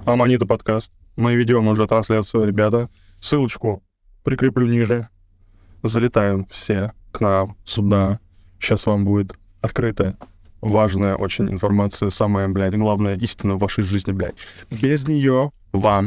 Аманита подкаст. Мы ведем уже трансляцию, ребята. Ссылочку прикреплю ниже. Залетаем все к нам сюда. Сейчас вам будет открытая, важная очень информация, самая, блядь, главная истина в вашей жизни, блядь. Без нее вам...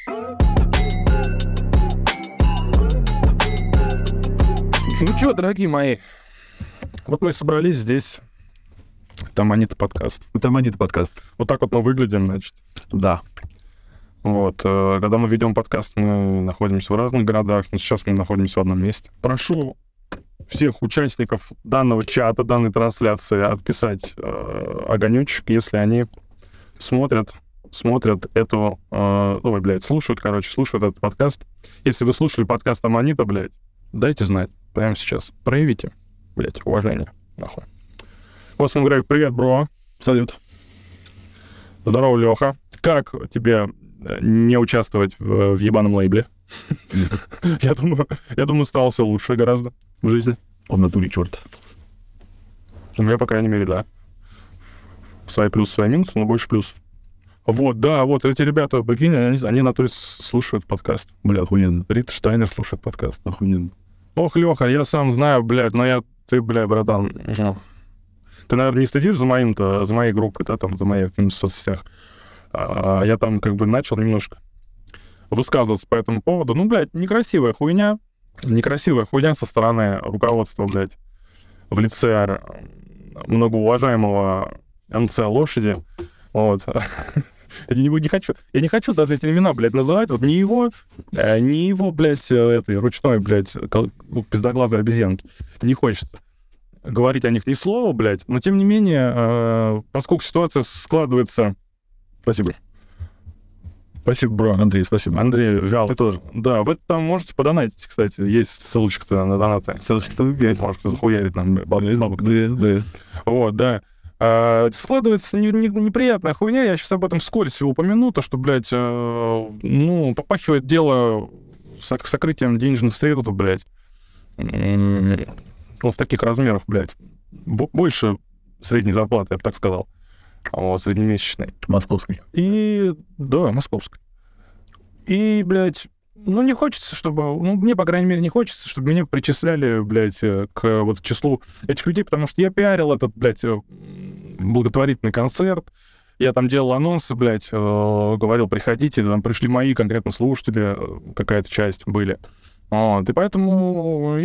Ну что, дорогие мои, вот мы собрались здесь. Это Аманита подкаст. Это Аманита подкаст. Вот так вот мы выглядим, значит. Да. Вот. Когда мы ведем подкаст, мы находимся в разных городах, но сейчас мы находимся в одном месте. Прошу всех участников данного чата, данной трансляции отписать огонечек, если они смотрят эту... слушают этот подкаст. Если вы слушали подкаст Аманита, блядь, дайте знать прямо сейчас. Проявите, блядь, уважение. Нахуй. Космо Грейв, привет, бро. Салют. Здорово, Леха. Как тебе не участвовать в ебаном лейбле? Я думаю, стало все лучше гораздо в жизни. В натуре черт. У меня, по крайней мере, да. Свои плюсы, свои минусы, но больше плюс. Вот, да, вот эти ребята, прикинь, они на то слушают подкаст. Бля, охуенно. Рита Штайнер слушает подкаст. Охуенно. Ох, Леха, я сам знаю, блядь, но ты, блядь, братан, ты, наверное, не следишь за моей группой, да, там, за моей в соцсетях. Я там как бы начал немножко высказываться по этому поводу. Ну, блядь, некрасивая хуйня со стороны руководства, блядь, в лице многоуважаемого МЦ Лошади. Вот. Я не хочу даже эти имена, блядь, называть. Вот не его, блядь, этой ручной, блядь, пиздоглазой обезьянки. Не хочется говорить о них ни слова, блядь. Но, тем не менее, поскольку ситуация складывается... Спасибо. Спасибо, бро. Андрей, спасибо. Андрей Вял. Ты тоже. Да, вы там можете подонатить, кстати. Есть ссылочка-то на донаты. Ссылочка-то есть. Можете захуярить нам бабок. Да. Вот, да. Складывается неприятная хуйня. Я сейчас об этом вскользь упомяну, то, что, блядь, попахивает дело сокрытием денежных средств, блядь. В таких размерах, блядь. Больше средней зарплаты, я бы так сказал. Среднемесячной. Московской. Да, московской. И, блядь, не хочется, чтобы... мне, по крайней мере, не хочется, чтобы меня причисляли, блядь, к вот числу этих людей, потому что я пиарил этот, блядь, благотворительный концерт. Я там делал анонсы, блядь, говорил, приходите, там пришли мои конкретно слушатели, какая-то часть были. И поэтому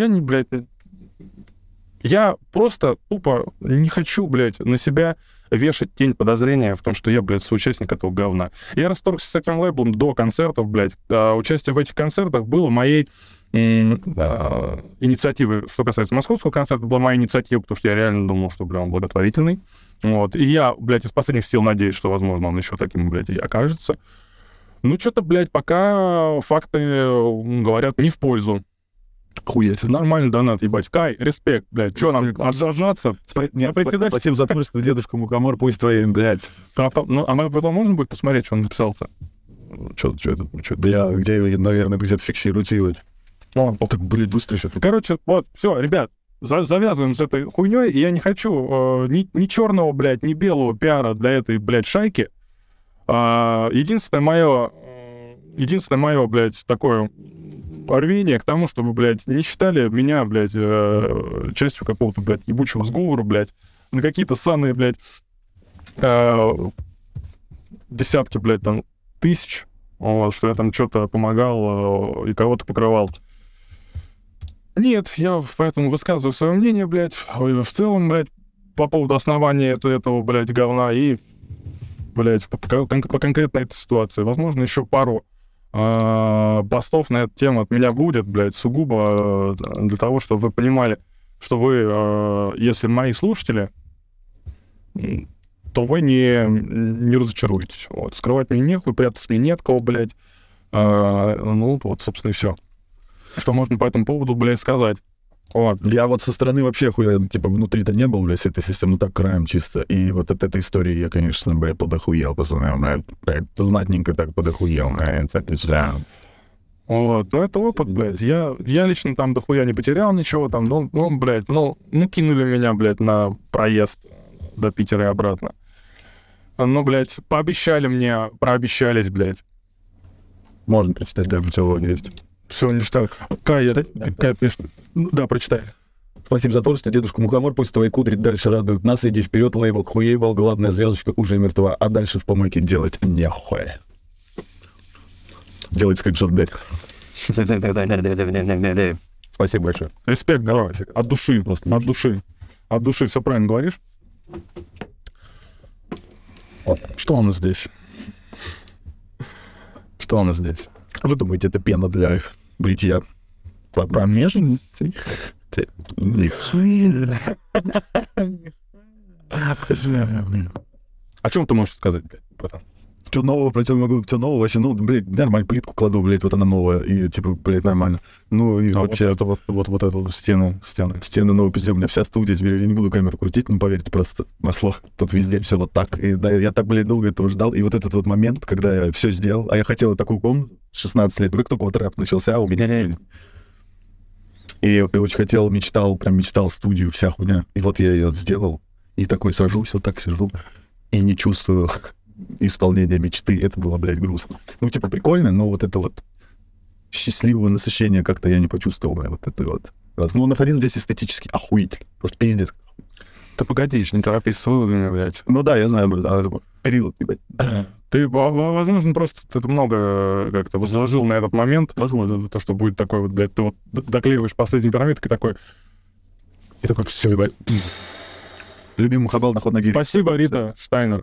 я просто тупо не хочу, блядь, на себя вешать тень подозрения в том, что я, блядь, соучастник этого говна. Я расторгся с этим лейблом до концертов, блядь. Участие в этих концертах было моей инициативой. Что касается московского концерта, была моя инициатива, потому что я реально думал, что, блядь, он благотворительный. Вот. И я, блядь, из последних сил надеюсь, что, возможно, он еще таким, блядь, и окажется. Что-то, блядь, пока факты говорят не в пользу. Хуять. Нормально донат, ебать. Кай, респект, блядь. Чё нам, отжаться? Спасибо за творчество, дедушка Мукамор, пусть твоим, блядь. А потом можно будет посмотреть, что он написал-то? Что это? Бля, где, наверное, где-то фиксируют. Так, блядь, быстро все. Короче, вот, все, ребят, завязываем с этой хуйней, и я не хочу ни черного, блядь, ни белого пиара для этой, блядь, шайки. Единственное мое, блядь, такое рвение к тому, чтобы, блядь, не считали меня, блядь, частью какого-то, блядь, ебучего сговора, блядь, на какие-то ссаные, блядь, десятки, блядь, там, тысяч, что я там что-то помогал и кого-то покрывал. Нет, я поэтому высказываю свое мнение, блядь, в целом, блядь, по поводу основания этого, блядь, говна и, блядь, по конкретной этой ситуации. Возможно, еще пару постов на эту тему от меня будет, блядь, сугубо для того, чтобы вы понимали, что вы, если мои слушатели, то вы не разочаруетесь. Вот. Скрывать мне нехуй, прятаться мне нет кого, блядь. Вот, собственно, и все. Что можно по этому поводу, блядь, сказать. Вот. Я вот со стороны вообще внутри-то не был, блядь, с этой системой, так краем чисто. И вот от этой истории я, конечно, блядь, подохуел, пацаны, блядь, знатненько так подохуел, блядь, Вот, это опыт, блядь. Я лично там дохуя не потерял ничего, там, кинули меня, блядь, на проезд до Питера и обратно. Ну, блядь, пообещали мне, прообещались, блядь. Можно прочитать, да, теология есть. Все, ништяк. Кая пишет. Ну, да, прочитай. Спасибо за творчество, дедушка Мухомор. Пусть твои кудри дальше радуют нас. Иди вперед, лейбл хуейбл. Главная звездочка уже мертва. А дальше в помойке делать нехуй. Делать скриншот, блядь. Спасибо большое. Респект, давай. От души просто. От души. От души. Все правильно говоришь? Что у нас здесь? Что у нас здесь? Вы думаете, это пена для бритья промежности? О чем ты можешь сказать, блядь, братан? Что нового, про тебя могу, что нового, вообще, ну, блядь, нормально, плитку кладу, блядь, вот она новая, и, типа, блядь, нормально. Ну, и вообще... Вот это вот стены. Стены новые, пиздец, у меня вся студия, теперь я не буду камеру крутить, ну, поверьте, просто масло. Тут везде все вот так. И да, я так, блядь, долго этого ждал. И вот этот вот момент, когда я все сделал, а я хотел такую комнату, 16 лет, только вот рэп начался, у меня... И я очень хотел, мечтал студию, вся хуйня. И вот я ее сделал, и такой сажусь, вот так сижу, и не чувствую исполнения мечты. Это было, блядь, грустно. Ну, типа, прикольно, но вот это вот счастливого насыщения как-то я не почувствовал, блядь, вот это вот. Ну, находиться здесь эстетически охуительно. Просто пиздец. Да погоди, не торопись с выводами, блядь. Ну да, я знаю, блядь, период, блядь. Ты, возможно, просто ты много как-то возложил на этот момент. Возможно, за то, что будет такой вот, блядь, ты вот доклеиваешь последнюю пирамидку и такой, все, блядь. Любимый хабал на ход ноги. Спасибо, Рита Штайнер.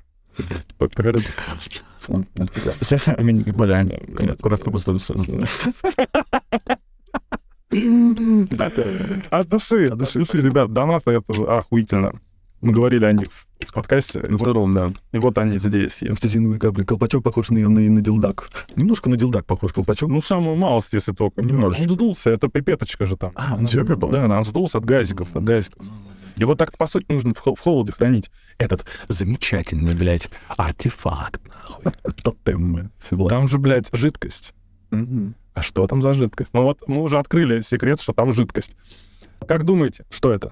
От души, ребят, донаты, это охуительно. Мы говорили о них в подкасте. На втором, да. И вот они здесь. Эфтазиновые капли. Колпачок похож на дилдак. Немножко на дилдак похож колпачок. Ну, самую малость, если только. Немножко. Он сдулся, это пипеточка же там. Он тебе припал? Да, он сдулся от газиков. Его так, по сути, нужно в холоде хранить. Этот замечательный, блядь, артефакт, нахуй. Тотем. Там же, блядь, жидкость. А что там за жидкость? Ну вот мы уже открыли секрет, что там жидкость. Как думаете, что это?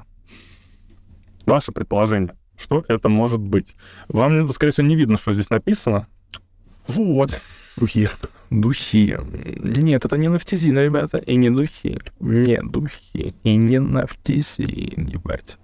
Ваше предположение. Что это может быть? Вам, скорее всего, не видно, что здесь написано. Вот. Духи. Духи. Нет, это не нафтизин, ребята, и не духи. Не духи. И не нафтизин, ебать.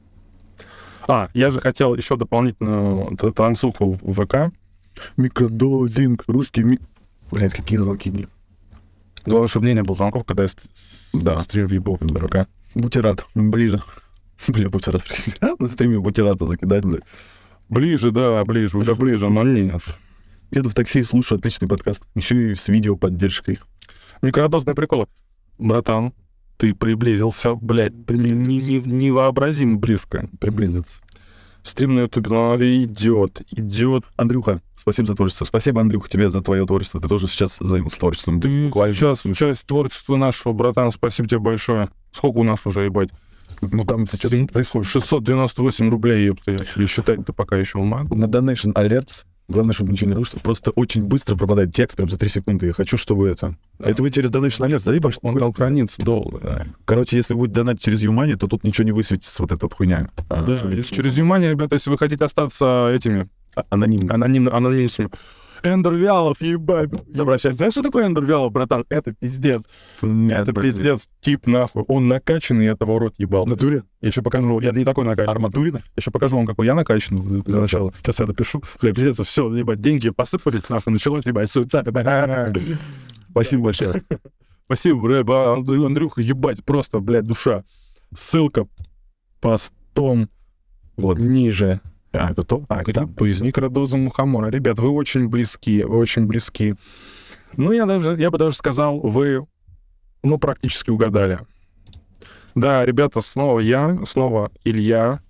Я же хотел еще дополнительную трансуху в ВК. Микродозинг. Русский Блядь, какие звонки. Главное, чтобы мне не было звонков, когда я стрим въебал в ВК. Бутерат. Ближе. Бля, бутерат. На стриме бутерата закидать, блядь. Ближе, уже ближе, но нет. Еду в такси и слушаю отличный подкаст. Еще и с видеоподдержкой. Микродозные приколы. Братан, ты приблизился, блядь, невообразимо близко приблизился. Стрим на Ютубе, но идет. Андрюха, спасибо за творчество. Спасибо, Андрюха, тебе за твое творчество. Ты тоже сейчас занялся творчеством. Ты сейчас часть творчества нашего, братан, спасибо тебе большое. Сколько у нас уже, ебать? Ну там что-то не происходит. 698 рублей, ёпта, я считать-то пока еще могу. На Donation Alerts, главное, чтобы ничего не нарушить, просто очень быстро пропадает текст, прям за 3 секунды. Я хочу, чтобы это... Это вы через Donation Alerts заебашь? Он стал храниться долго, да. Короче, если будет донат через Юмани, то тут ничего не высветится, вот эта вот хуйня. Да, если через Юмани, ребята, если вы хотите остаться этими... Анонимными. Эндер Вялов, ебать. Добро, сейчас знаешь, что такое Эндер Вялов, братан? Это пиздец. Это пиздец. Тип, нахуй. Он накачанный, я того рот ебал. В натуре? Я еще покажу. Я не такой накачанный. Арматурина? Я еще покажу вам, какой я накачанный для начала. Сейчас я допишу. Бля, пиздец, все, ебать, деньги посыпались, нахуй, началось, ебать, суета. Спасибо большое. Спасибо, бля, Андрюха, ебать, просто, блядь, душа. Ссылка постом вот ниже. Это то? Из микродоза мухомора. Ребят, вы очень близки. Ну, я бы даже сказал, вы, практически угадали. Да, ребята, снова Илья.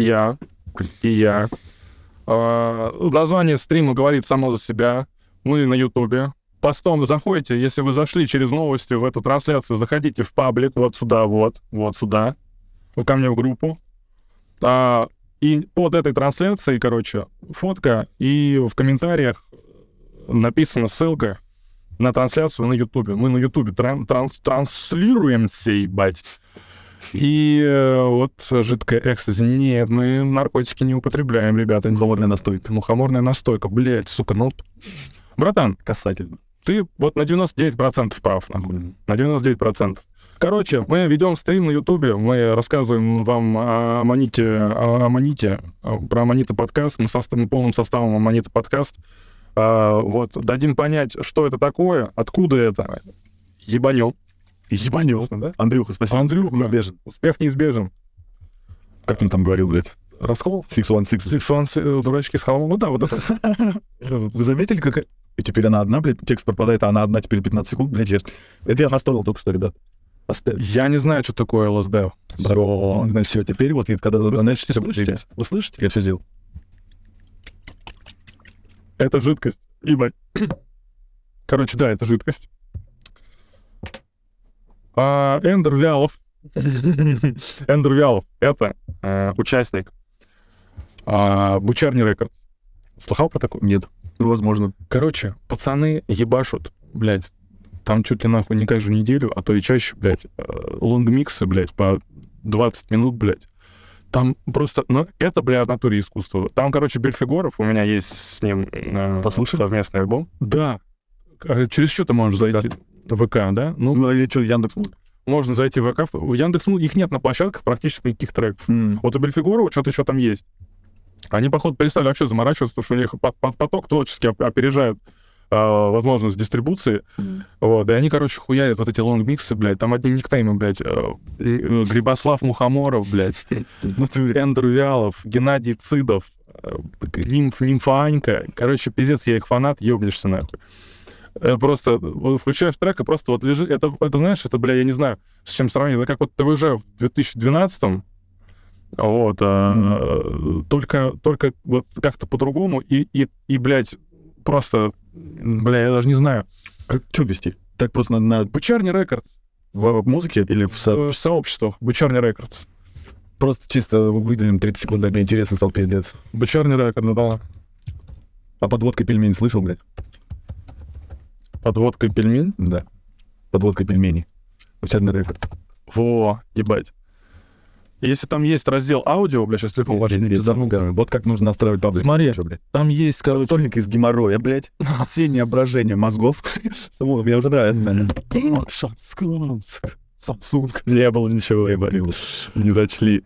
Название стрима говорит само за себя. Мы на Ютубе. Постом заходите, если вы зашли через новости в эту трансляцию, заходите в паблик, вот сюда, вот сюда, ко мне в группу. И под этой трансляцией, фотка, и в комментариях написана ссылка на трансляцию на Ютубе. Мы на Ютубе транслируемся, ебать. И вот жидкая экстази. Нет, мы наркотики не употребляем, ребята. Мухоморная настойка. Мухоморная настойка, блядь, сука, ну... Братан, Касательно. ты вот на 99% прав, нахуй. На 99%. Короче, мы ведем стрим на Ютубе, мы рассказываем вам о Аманите, про Аманита подкаст, мы полным составом Аманита подкаст. Вот, дадим понять, что это такое, откуда это. Ебанем. Ебанёт, Да? Андрюха, спасибо. Андрюха, неизбежен. Успех неизбежен. Как он там говорил, блядь? Раскол? 616. Дурачки с холма. Ну да, вот это. Вы заметили, как... И теперь она одна, блядь, текст пропадает, а она одна теперь 15 секунд, блядь. Это я настроил только что, ребят. Поставь. Я не знаю, что такое LSD. Здорово. Значит, все, теперь вот, когда знаешь, все слышите? будет. Вы слышите? Я все сделал. Это жидкость. Ебать. Короче, да, это жидкость. Эндер Вялов. Эндер Вялов — это участник Бучарни Рекордс. Слыхал про такое? Нет. Возможно. Короче, пацаны ебашут, блядь, там чуть ли нахуй не каждую неделю, а то и чаще, блядь, лонгмиксы, блядь, по 20 минут, блядь. Там просто, ну, это, блядь, в натуре искусство. Там, короче, Бельфигоров, у меня есть с ним совместный альбом. Да. Через что ты можешь зайти? ВК, да? Ну, или что, Яндекс? Можно зайти в ВК. В Яндекс, их нет на площадках практически никаких треков. Вот у Бельфигорова что-то еще там есть. Они, походу, перестали вообще заморачиваться, потому что у них поток творчески опережает возможность дистрибуции. Вот, и они, короче, хуярят вот эти лонгмиксы, блядь. Там одни никнеймы, блядь. Грибослав Мухоморов, блядь. Эндер Вялов, Геннадий Цидов, Нимфа Анька. Короче, пиздец, я их фанат, ёбнешься нахуй. Просто включаешь трек, и просто вот лежит... Это знаешь, это, бля, я не знаю, с чем сравнить. Это как вот ТВЖ в 2012-м, вот, только вот как-то по-другому, и, блядь, просто, бля, я даже не знаю. Что вести? Так просто на Бучарни Рекордс. в музыке или в В сообществах. Бучарни Рекордс. Просто чисто выделим 30 секунд, мне интересно стал пиздец. Бучарни Рекордс, да. А подводка пельмень слышал, блядь? Подводка пельмень? Да. Подводка пельменей. Бучарный рекорд. Во, ебать. Если там есть раздел аудио, бля, сейчас телефон ваш Вот как нужно настраивать паблик. Смотри, Что, блядь? там есть, короче... Стольник из геморроя, блядь. Осеннее брожение мозгов. Само, мне уже нравится. Samsung. Не было ничего, ебать. Не зачли.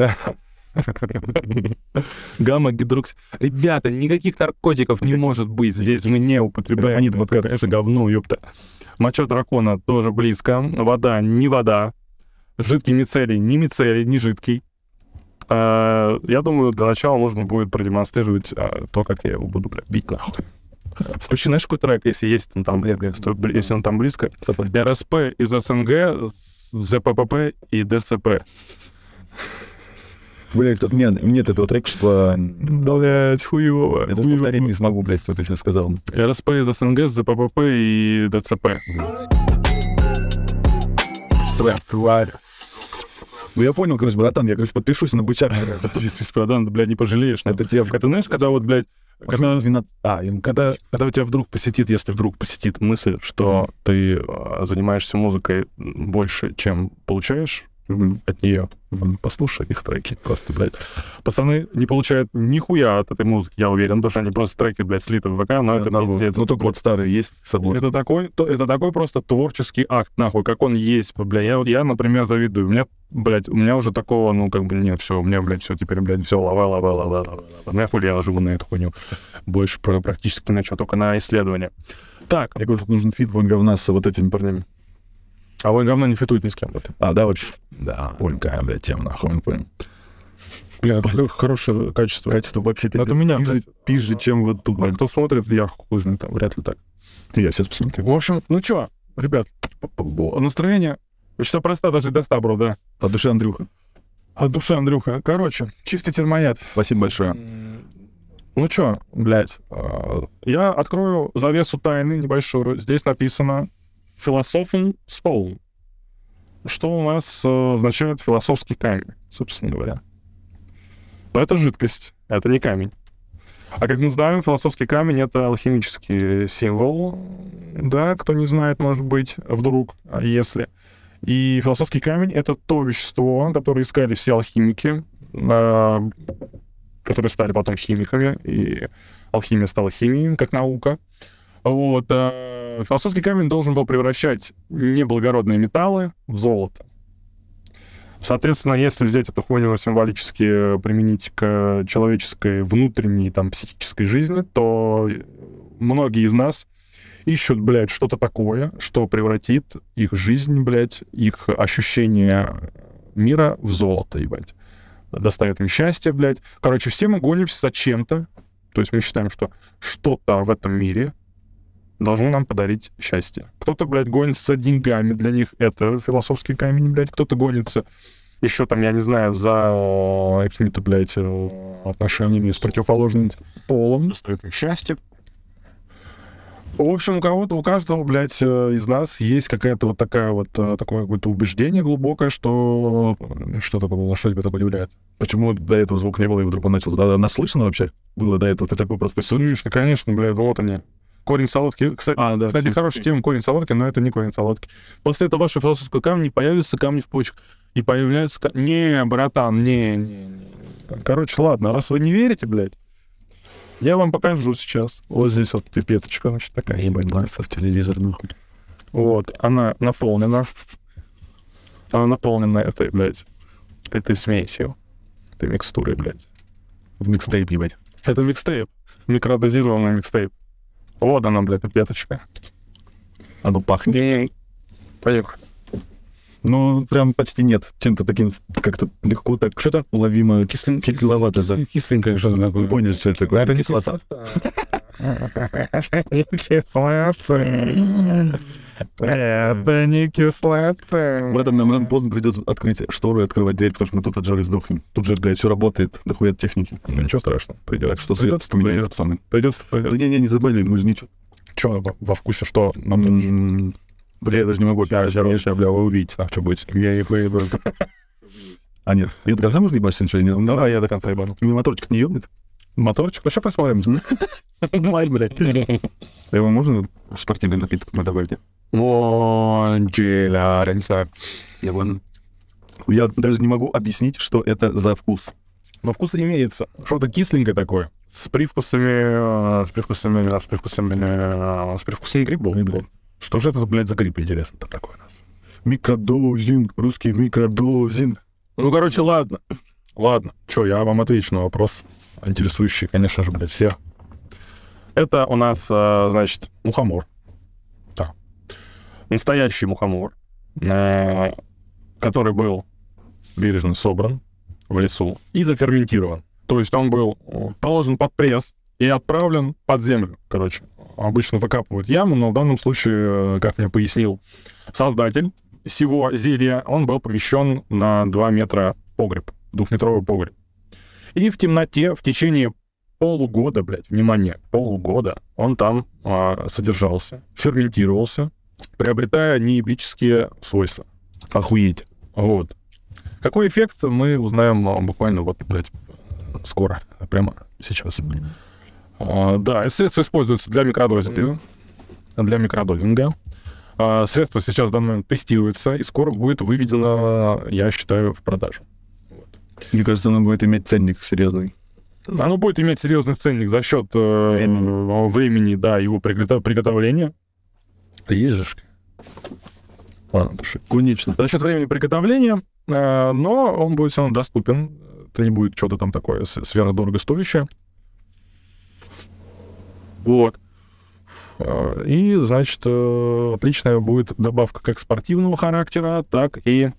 Гамма-гидроксид. Ребята, никаких наркотиков не может быть. Здесь мы не употребляем. Они, вот Это говно, ёпта. Моча дракона тоже близко. Вода не вода. Жидкий мицелий не мицелий, не жидкий. Я думаю, для начала нужно будет продемонстрировать то, как я его буду, бить нахуй. Включи, знаешь, какой трек, если есть он там, если он там близко. РСП из СНГ, ЗППП и ДЦП. Блядь, тут нет этого трека, что... Блядь, хуёво. Я даже повторить не смогу, блядь, что ты сейчас сказал. РСП из СНГ, ЗППП и ДЦП. Ну, я понял, короче, братан, я, короче, подпишусь на Бучарный. Братан, ты, блядь, не пожалеешь. Это тебе... Это знаешь, когда вот, блядь, когда у тебя вдруг посетит, если вдруг посетит мысль, что ты занимаешься музыкой больше, чем получаешь от нее, послушай их треки. Просто, блядь. Пацаны не получают нихуя от этой музыки, я уверен, потому что они просто треки, блядь, слиты в ВК, но это пиздец. Ну, только вот старые есть с собой. Это такой просто творческий акт, нахуй, как он есть, бля. Я, например, завидую. У меня уже такого, ну, как бы, нет, все, у меня, блядь, все, теперь, блядь, все, лава. У меня хули, я живу на эту хуйню. Больше практически на что, только на исследования. Так. Я говорю, что нужен фит Войн говна с вот этими парнями. А Войн говна не фитует ни с кем. А, да, вообще? Да. Войн, блядь, тема, нахуй. Бля, хорошее качество. Качество вообще это меня пизже, чем вот тут. А кто смотрит, я хуй знаю, там, вряд ли так. Я сейчас посмотрю. В общем, ну чё, ребят, настроение все проста, даже до 100, бро, да. От души Андрюха. От души Андрюха. Короче, чистый термояд. Спасибо большое. Ну чё, блядь, я открою завесу тайны небольшую. Здесь написано «Philosophen Stone». Что у нас означает философский камень, собственно говоря. Но это жидкость, это не камень. А как мы знаем, философский камень — это алхимический символ. Да, кто не знает, может быть, вдруг, если. И философский камень — это то вещество, которое искали все алхимики, которые стали потом химиками, и алхимия стала химией, как наука. Вот. Философский камень должен был превращать неблагородные металлы в золото. Соответственно, если взять эту хуйню символически применить к человеческой внутренней, там, психической жизни, то многие из нас ищут, блядь, что-то такое, что превратит их жизнь, блядь, их ощущение мира в золото, ебать. Доставит им счастье, блядь. Короче, все мы гонимся за чем-то. То есть мы считаем, что что-то в этом мире должно нам подарить счастье. Кто-то, блядь, гонится за деньгами, для них это философский камень, блядь. Кто-то гонится еще там, я не знаю, за какими-то, блядь, отношениями с противоположным полом. Доставит им счастье. В общем, у каждого, блядь, из нас есть какая-то вот такая вот, такое какое-то убеждение глубокое, что... Что такое, что тебя так удивляет? Почему до этого звука не было, и вдруг он начал? Да, нас слышно вообще? Было до этого? Ты такой просто... Слышно, конечно, блядь, вот они. Корень солодки. Кстати, да. Кстати, хорошая тема, корень солодки, но это не корень солодки. После этого вашего философского камня появятся камни в почках. И появляются... Не, братан, не. Короче, ладно, раз вы не верите, блядь, я вам покажу сейчас. Вот здесь вот пипеточка, значит, такая. Ебать, нравится в телевизор, нахуй. Вот, она наполнена. Она наполнена этой, блядь, этой смесью. Этой микстурой, блядь. В микстейп, ебать. Это микстейп. Микродозированный микстейп. Вот она, блядь, пипеточка. Оно пахнет. Поехали. Ну, прям почти нет. Чем-то таким как-то легко так Что-то уловимо. Кисловато, да. кисленькое, что-то такое. Понял, что это такое. Это не кислота. Это не кислота. Братан, нам рано поздно придется открыть штору и открывать дверь, потому что мы тут от жары сдохнем. Тут же, блядь, все работает, дохуя от техники. Ничего страшного, придется. Так что свет вспоминается, пацаны. Придется. Да не забыли, мы же ничего. Че во вкусе, что нам... Бля, я даже не могу. Сейчас, бля, вы увидите, что будет. Я не поеду. А нет, ее до конца можно ебать, ничего не... Да, я до конца ебану. Моторчик не ебнет? Моторчик? Ну, сейчас посмотрим. Май, блядь. Его можно в спортивный напиток добавить? О, джеля, Я даже не могу объяснить, что это за вкус. Но вкус имеется. Что-то кисленькое такое. С привкусами грибов. Что же это, блядь, за гриб, интересно, там такое у нас? Микродозинг, русский микродозинг. Ну, короче, ладно. Че, я вам отвечу на вопрос, интересующий, конечно же, блядь, всех. Это у нас, значит, мухомор. Да. Настоящий мухомор, который был бережно собран в лесу и заферментирован. То есть он был положен под пресс и отправлен под землю, короче. Обычно выкапывают яму, но в данном случае, как мне пояснил создатель всего зелья, он был помещен на 2 метра в погреб, 2-метровый погреб. И в темноте в течение полугода, блядь, внимание, полугода он там содержался, ферментировался, приобретая неебические свойства. Охуеть. Вот. Какой эффект, мы узнаем буквально вот, блядь, скоро, прямо сейчас. Да, средство используется для микродозинга. Средство сейчас в данный момент тестируется и скоро будет выведено, я считаю, в продажу. Вот. Мне кажется, оно будет иметь ценник серьезный. Оно будет иметь серьезный ценник за счет времени, да, его приготовления. Есть же. Ладно, души. Конечно. За счет времени приготовления, но он будет все равно доступен. Это не будет что-то там такое сверхдорогостоящее. Вот. И, значит, отличная будет добавка как спортивного характера, так и,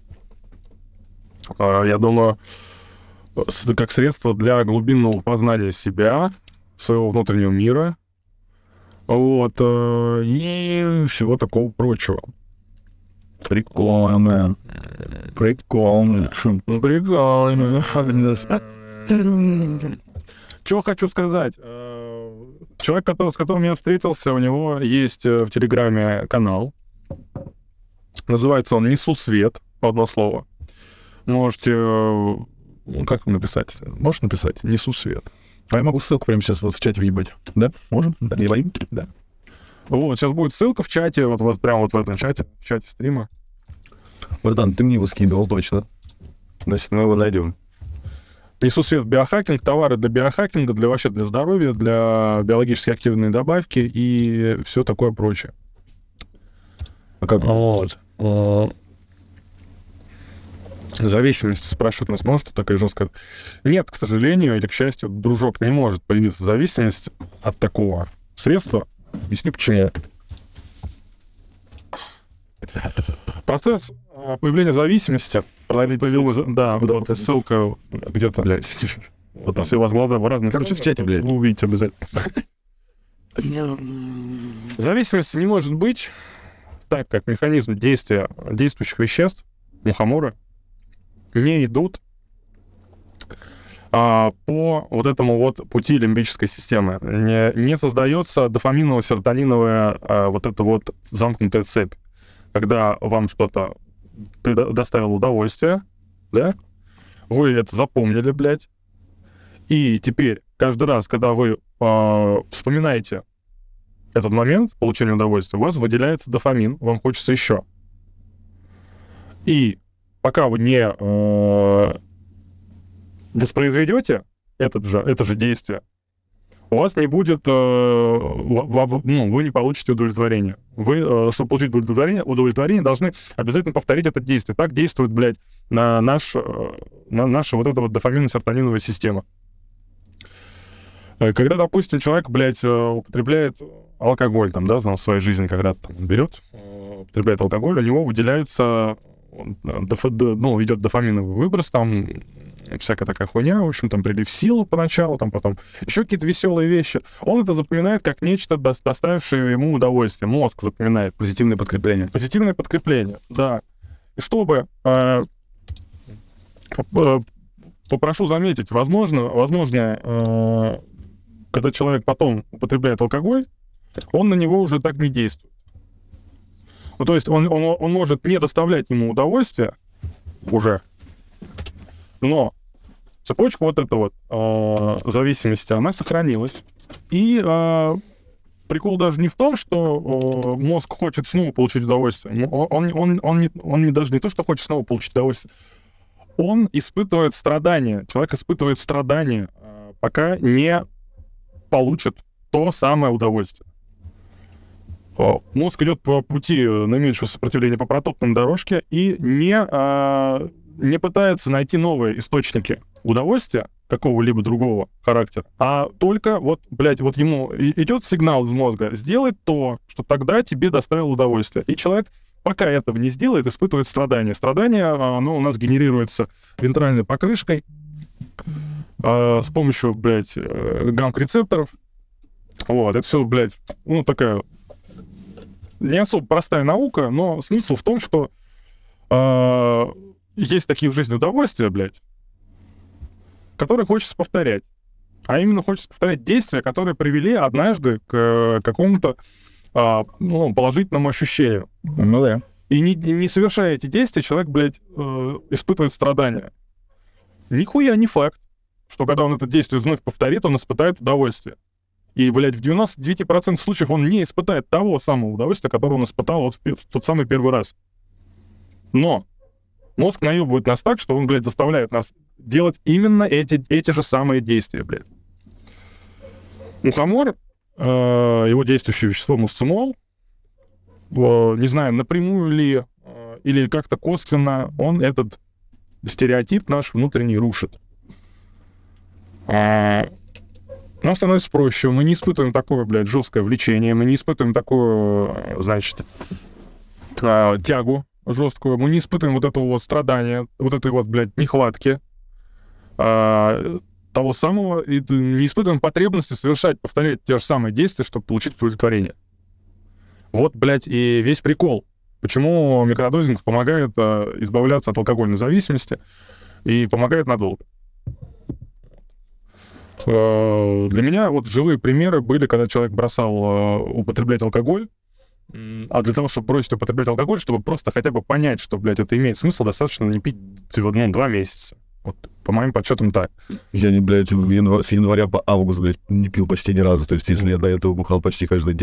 я думаю, как средство для глубинного познания себя, своего внутреннего мира, вот, и всего такого прочего. Прикольно. Чего хочу сказать. Человек, с которым я встретился, у него есть в Телеграме канал. Называется он «Несу свет», одно слово. Можете... Как написать? Можешь написать «Несу свет». А я могу ссылку прямо сейчас вот в чате въебать. Да? Можем? Да. Ебаем? Да. Вот, сейчас будет ссылка в чате, вот прямо вот в этом чате, в чате стрима. Братан, ты мне его скидывал точно. Значит, мы его найдем. Несу свет биохакинг, товары для биохакинга, вообще для здоровья, для биологически активной добавки и все такое прочее. А как? Вот. Зависимость, спрашивают нас, может такая жесткая? Нет, к сожалению, или к счастью, дружок, не может появиться зависимость от такого средства. Объясню почему. Процесс появления зависимости появилась, да, вот ссылка где-то, блядь, вот если у вас глаза в разных... Короче, в чате, блядь. Вы увидите обязательно. Зависимости не может быть, так как механизм действия действующих веществ, мухомора, не идут по вот этому вот пути лимбической системы. Не создается дофаминово-серотониновая вот эта вот замкнутая цепь. Когда вам что-то доставило удовольствие, да, вы это запомнили, блядь, и теперь каждый раз, когда вы вспоминаете этот момент получения удовольствия, у вас выделяется дофамин, вам хочется еще. И пока вы не воспроизведете это же действие, у вас не будет, вы не получите удовлетворение. Вы, чтобы получить удовлетворение, должны обязательно повторить это действие. Так действует, блядь, на наша вот эта вот дофамино-серотониновая система. Когда, допустим, человек, блядь, употребляет алкоголь, там, да, в своей жизни когда-то там берет, употребляет алкоголь, у него выделяется, идет дофаминовый выброс, там, всякая такая хуйня, в общем, там, прилив сил поначалу, там, потом еще какие-то веселые вещи. Он это запоминает как нечто, доставившее ему удовольствие. Мозг запоминает. Позитивное подкрепление. Позитивное подкрепление, да. И чтобы... попрошу заметить, возможно, когда человек потом употребляет алкоголь, он на него уже так не действует. Ну, то есть он может не доставлять ему удовольствия уже, но цепочка вот эта вот зависимости, она сохранилась. И прикол даже не в том, что мозг хочет снова получить удовольствие. Он даже не то, что хочет снова получить удовольствие. Он испытывает страдания. Человек испытывает страдания, пока не получит то самое удовольствие. Мозг идет по пути наименьшего сопротивления по протоптанной дорожке и не пытается найти новые источники удовольствия какого-либо другого характера, а только вот, блядь, вот ему идет сигнал из мозга: сделай то, что тогда тебе доставило удовольствие. И человек, пока этого не сделает, испытывает страдания. Страдания, оно у нас генерируется вентральной покрышкой с помощью, блядь, гамк-рецепторов. Вот, это все, блядь, такая не особо простая наука, но смысл в том, что есть такие в жизни удовольствия, блядь, которые хочется повторять. А именно хочется повторять действия, которые привели однажды к какому-то положительному ощущению. Ну да. И не совершая эти действия, человек, блядь, испытывает страдания. Нихуя не факт, что когда он это действие вновь повторит, он испытает удовольствие. И, блядь, в 99% случаев он не испытает того самого удовольствия, которое он испытал вот в тот самый первый раз. Но мозг наебывает нас так, что он, блядь, заставляет нас делать именно эти же самые действия, блядь. Мухомор, его действующее вещество мусцимол, не знаю, напрямую ли или как-то косвенно, он этот стереотип наш внутренний рушит. Нам становится проще, мы не испытываем такое, блядь, жесткое влечение, мы не испытываем такую, значит, тягу жесткую, мы не испытываем вот этого вот страдания, вот этой вот, блядь, нехватки того самого, и не испытываем потребности повторять те же самые действия, чтобы получить удовлетворение. Вот, блядь, и весь прикол. Почему микродозинг помогает избавляться от алкогольной зависимости и помогает надолго. Для меня вот живые примеры были, когда человек бросал употреблять алкоголь, а для того, чтобы бросить употреблять алкоголь, чтобы просто хотя бы понять, что, блядь, это имеет смысл, достаточно не пить 2 месяца. Вот, по моим подсчетам, так. Я, блядь, с января по август, блядь, не пил почти ни разу. То есть, если я до этого бухал почти каждый день,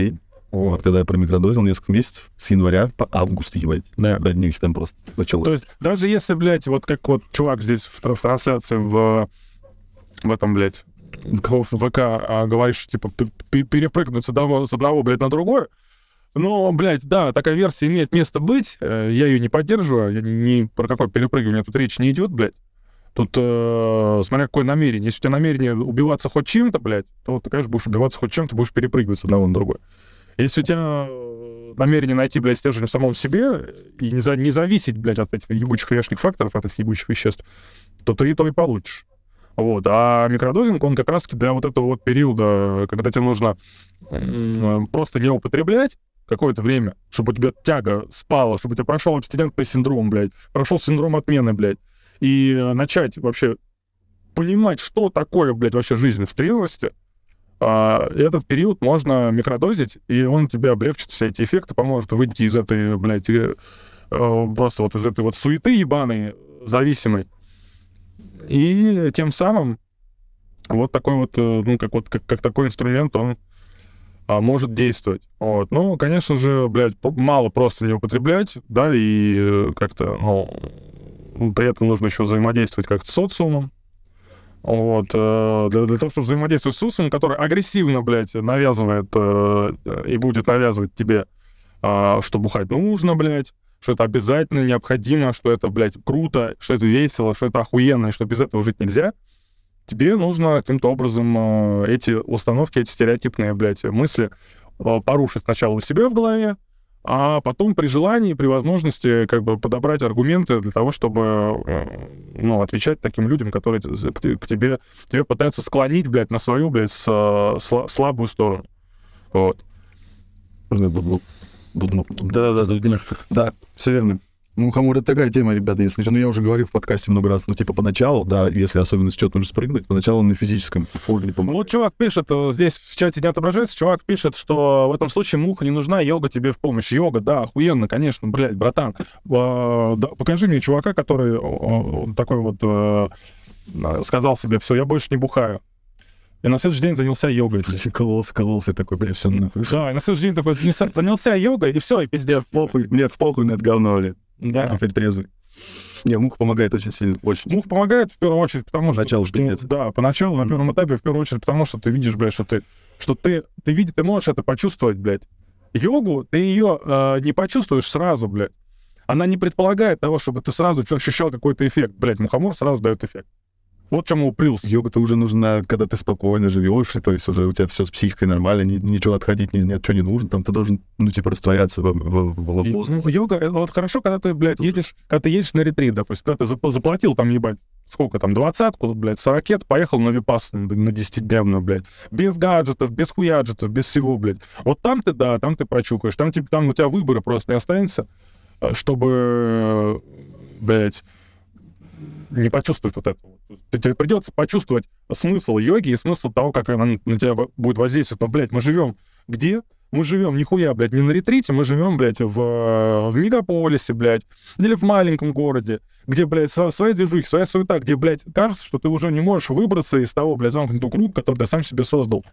Вот, когда я промикродозил несколько месяцев, с января по август, ебать. Да. До днюхи там просто началось. То есть даже если, блядь, вот как вот чувак здесь в трансляции в этом, блядь, в ВК говорит, что, типа, перепрыгнуть с одного, блядь, на другое, но, блядь, да, такая версия имеет место быть, я ее не поддерживаю, ни про какое перепрыгивание тут речь не идет, блядь. Тут, смотря какое намерение. Если у тебя намерение убиваться хоть чем-то, блядь, то ты, конечно, будешь убиваться хоть чем-то, будешь перепрыгивать с одного на другое. Если у тебя намерение найти, блядь, стержень в самом себе и не зависеть, блядь, от этих ебучих внешних факторов, от этих ебучих веществ, то ты то и получишь. Вот. А микродозинг, он как раз для вот этого вот периода, когда тебе нужно просто не употреблять какое-то время, чтобы у тебя тяга спала, чтобы у тебя прошел абстинентный синдром, блядь, прошел синдром отмены, блядь, и начать вообще понимать, что такое, блядь, вообще жизнь в трезвости, этот период можно микродозить, и он тебе облегчит все эти эффекты, поможет выйти из этой, блядь, просто вот из этой вот суеты ебаной, зависимой. И тем самым вот такой вот, ну, как такой инструмент, он может действовать. Вот. Ну, конечно же, блядь, мало просто не употреблять, да, и как-то, ну, при этом нужно еще взаимодействовать как-то с социумом. Вот. Для того, чтобы взаимодействовать с социумом, который агрессивно, блядь, навязывает и будет навязывать тебе, что бухать нужно, блядь, что это обязательно, необходимо, что это, блядь, круто, что это весело, что это охуенно, и что без этого жить нельзя, тебе нужно каким-то образом эти установки, эти стереотипные, блядь, мысли порушить сначала у себя в голове, а потом при желании, при возможности как бы подобрать аргументы для того, чтобы, ну, отвечать таким людям, которые к тебе пытаются склонить, блядь, на свою, блядь, слабую сторону. Вот. Да, все верно. Ну, Мухомор — это такая тема, ребята, если что. Ну, я уже говорил в подкасте много раз, ну, типа, поначалу, да, если особенно с чего-то нужно спрыгнуть, поначалу на физическом фоне. Вот чувак пишет, здесь в чате не отображается, чувак пишет, что в этом случае, Муха, не нужна йога тебе в помощь. Йога, да, охуенно, конечно, блядь, братан. Да, покажи мне чувака, который такой вот сказал себе: все, я больше не бухаю. И на следующий день занялся йогой. Кололся такой, бля, все нахуй. Да, и на следующий день такой занялся йогой, и все, и пиздец. Похуй, нет, в похуй на это говно, блядь. Да. Теперь трезвый. Не, Муха помогает очень сильно, очень. Муха помогает в первую очередь, потому что... Начало пиздец. Да, поначалу, на первом этапе, в первую очередь, потому что ты видишь, блядь, что ты можешь это почувствовать, блядь. Йогу, ты ее не почувствуешь сразу, блядь. Она не предполагает того, чтобы ты сразу ощущал какой-то эффект. Блядь, мухомор сразу дает эффект. Вот чему плюс. Йога-то уже нужна, когда ты спокойно живешь, и то есть уже у тебя все с психикой нормально, ничего отходить, ничего не нужно, там ты должен, ну, типа, растворяться в воздухе. Ну, йога, это вот хорошо, когда ты, блядь, едешь на ретрит, допустим, когда ты заплатил там, ебать, сколько там, 20-ку, блядь, 40, поехал на випассану на 10-дневную, блядь, без гаджетов, без хуяджетов, без всего, блядь. Вот там ты, да, там ты прочукаешь, там у тебя выбора просто не останется, чтобы, блядь, не почувствовать вот это. Тебе придется почувствовать смысл йоги и смысл того, как она на тебя будет воздействовать. Но, блядь, мы живем где? Мы живем нихуя, блядь, не на ретрите, мы живем, блядь, в мегаполисе, блядь, или в маленьком городе, где, блядь, свои движухи, своя суета, где, блядь, кажется, что ты уже не можешь выбраться из того, блядь, замкнутого круга, который ты сам себе создал.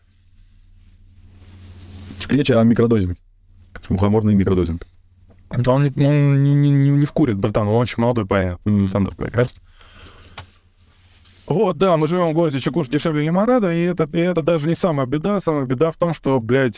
Речь о микродозинге. Мухоморный микродозинг. Да он не вкурит, братан, он очень молодой парень, Александр, мне кажется. Вот, да, мы живем в городе, чё кушать дешевле лимонада, и это даже не самая беда. Самая беда в том, что, блядь,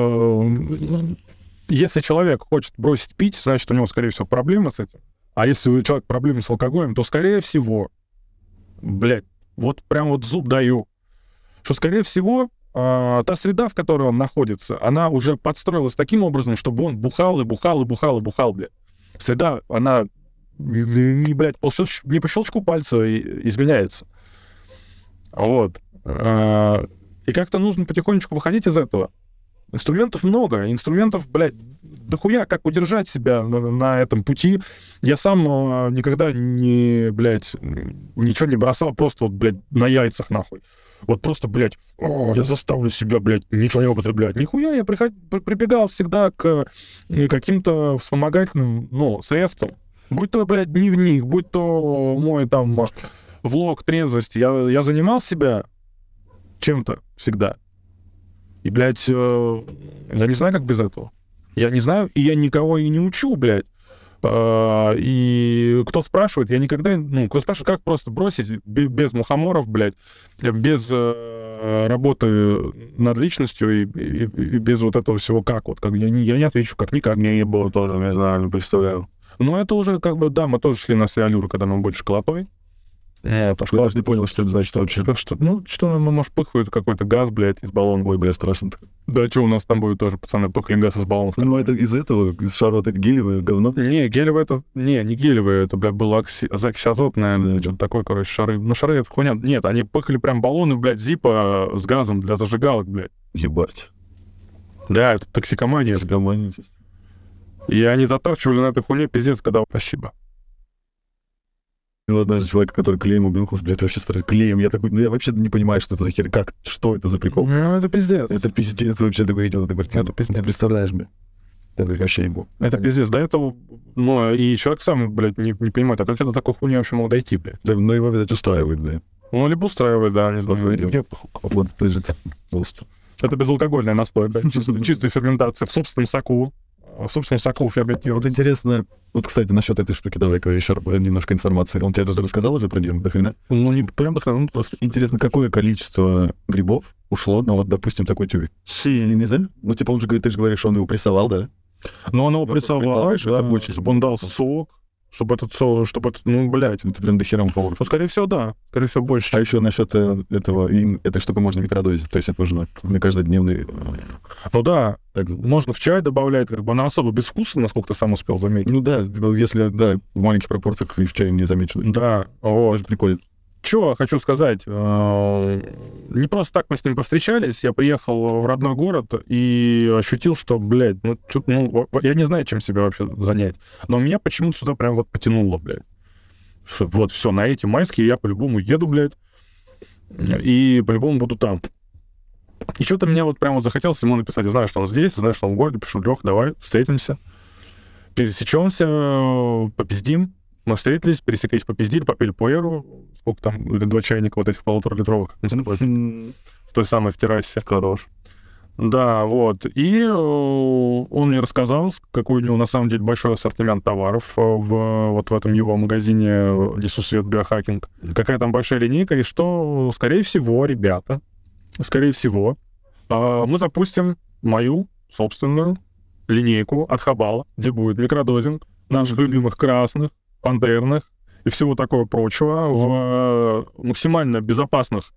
если человек хочет бросить пить, значит, у него, скорее всего, проблемы с этим. А если у человека проблемы с алкоголем, то, скорее всего, блядь, вот прям вот зуб даю, что, скорее всего, та среда, в которой он находится, она уже подстроилась таким образом, чтобы он бухал, блядь. Среда, она не, блядь, не по щелчку пальца изменяется. Вот. И как-то нужно потихонечку выходить из этого. Инструментов много. Инструментов, блядь, дохуя, как удержать себя на этом пути. Я сам никогда не, блядь, ничего не бросал, просто вот, блядь, на яйцах, нахуй. Вот просто, блядь, я заставлю себя, блядь, ничего не употреблять. Нихуя, я прибегал всегда к каким-то вспомогательным, ну, средствам. Будь то, блядь, дневник, будь то мой там влог трезвости. Я занимал себя чем-то всегда. И, блядь, я не знаю, как без этого. Я не знаю, и я никого и не учу, блядь. И кто спрашивает, я никогда... Ну, кто спрашивает, как просто бросить без мухоморов, блядь, без работы над личностью и без вот этого всего как. Вот, как я не отвечу, как никак. Мне не было тоже, не знаю, не представляю. Но это уже как бы, да, мы тоже шли на все аллюры, когда нам больше школотой. Я даже не понял, что это значит вообще. Ну, может, пыхает какой-то газ, блядь, из баллона. Ой, бля, страшно. Да, что у нас там будет тоже, пацаны, пыхали газ из баллонов. Ну, это из этого, из шара вот это гелевое говно? Не, гелевое это... Не гелевое, это, блядь, было оксиазот, наверное, что-то такое, короче, шары. Ну, шары это хуйня. Нет, они пыхали прям баллоны, блядь, зипа с газом для зажигалок, блядь. Ебать. Да, это токсикомания. Токсикомания. И они затарчивали на этой хуйне, пиздец, когда... Спасибо. Однажды человека, который клеем убился, блядь, вообще старый клеем. Я такой, я вообще не понимаю, что это за хер, как, что это за прикол. Ну, это пиздец. Это пиздец вообще, такой видел, это картина. Это пиздец. Ты представляешь, блядь. Это вообще не было. Это пиздец. До этого, ну, и человек сам, блядь, не понимает, а как это такой хуйня вообще мог дойти, блядь? Да, но его, видать, устраивает, блядь. Ну, либо устраивает, да, не знаю. Вот, то есть, просто. Это безалкогольный настой, блядь, чистой ферментации в собственном соку. В собственном соку ферментирует. Вот интересно, вот, кстати, насчет этой штуки, давай-ка еще немножко информации. Он тебе рассказал уже про нее, до хрена? Ну, не прям до хрена, ну, просто... Интересно, какое количество грибов ушло на, вот, допустим, такой тюбик? Не знаю. Ну, типа, он же говорит, ты же говоришь, что он его прессовал, да? Ну, он его прессовал, да, это очень, чтобы он дал сок, чтобы этот сок, ну, блядь. Это прям дохером повар. Ну, скорее всего, да. Скорее всего, больше. А еще насчет этого, этой штуки можно микродозить. То есть это нужно на каждодневный... Ну да, Так, можно в чай добавлять, как бы она особо безвкусная, насколько ты сам успел заметить. ну да, если, да, в маленьких пропорциях и в чае не замечено. Да, вот. Тоже прикольно. Чего хочу сказать. Не просто так мы с ним повстречались. Я приехал в родной город и ощутил, что, блядь, я не знаю, чем себя вообще занять. Но меня почему-то сюда прям вот потянуло, блядь. Что вот все, на эти майские я по-любому еду, блядь. И по-любому буду там. И что-то мне вот прям вот захотелось ему написать. Я знаю, что он здесь, знаю, что он в городе. Пишу: Лёх, давай встретимся, пересечемся, попиздим. Мы встретились, пересеклись, попиздили, попили пуэру. Сколько там, 2 чайника вот этих 1,5-литровых. В той самой в террасе. Хорош. Да, вот. И он мне рассказал, какой у него на самом деле большой ассортимент товаров вот в этом его магазине «Несу свет биохакинг». Какая там большая линейка, и что, скорее всего, ребята, мы запустим мою собственную линейку от Хабала, где будет микродозинг наших любимых красных, пантерных и всего такого прочего в максимально безопасных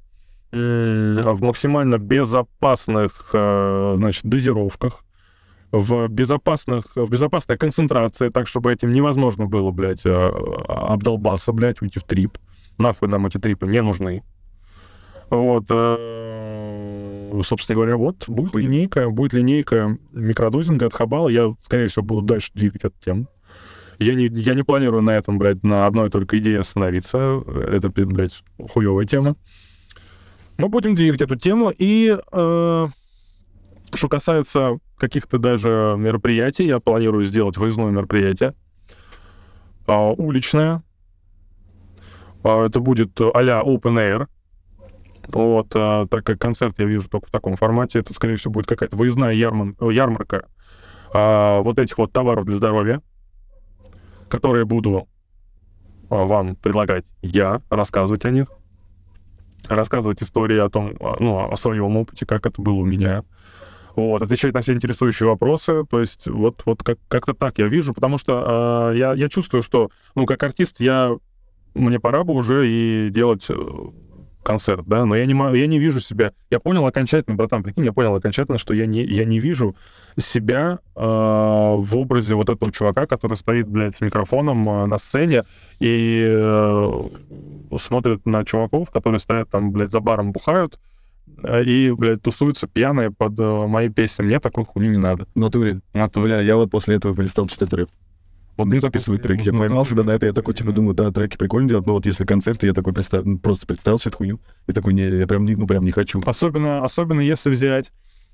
значит, дозировках, в безопасной концентрации, так, чтобы этим невозможно было, блядь, обдолбаться, блядь, уйти в трип. Нахуй нам эти трипы не нужны. Вот, собственно говоря, вот, будет линейка микродозинга от Хабала. Я, скорее всего, буду дальше двигать эту тему. Я не планирую на этом, блядь, на одной только идее остановиться. Это, блядь, хуёвая тема. Мы будем двигать эту тему. И что касается каких-то даже мероприятий, я планирую сделать выездное мероприятие. Уличное. Это будет а-ля open air. Вот, так как концерт я вижу только в таком формате, это, скорее всего, будет какая-то выездная ярмарка вот этих вот товаров для здоровья, которые буду вам предлагать я, рассказывать о них, рассказывать истории о том, о своем опыте, как это было у меня, вот, отвечать на все интересующие вопросы, то есть вот как-то так я вижу, потому что я чувствую, что, как артист, мне пора бы уже и делать концерт, да, но я не вижу себя. Я понял окончательно, братан, прикинь, я понял окончательно, что я не вижу себя в образе вот этого чувака, который стоит, блядь, с микрофоном на сцене и смотрит на чуваков, которые стоят там, блядь, за баром, бухают и, блядь, тусуются пьяные под мои песни. Мне такой хуйни не надо. В натуре. Бля, я вот после этого перестал читать рэп. Вот мне записывать треки. Я поймал себя на это, я такой, думаю, да, треки прикольно делать, но вот если концерты, я такой просто представил себе эту хуйню, и такой, не, я прям не хочу. Особенно если взять...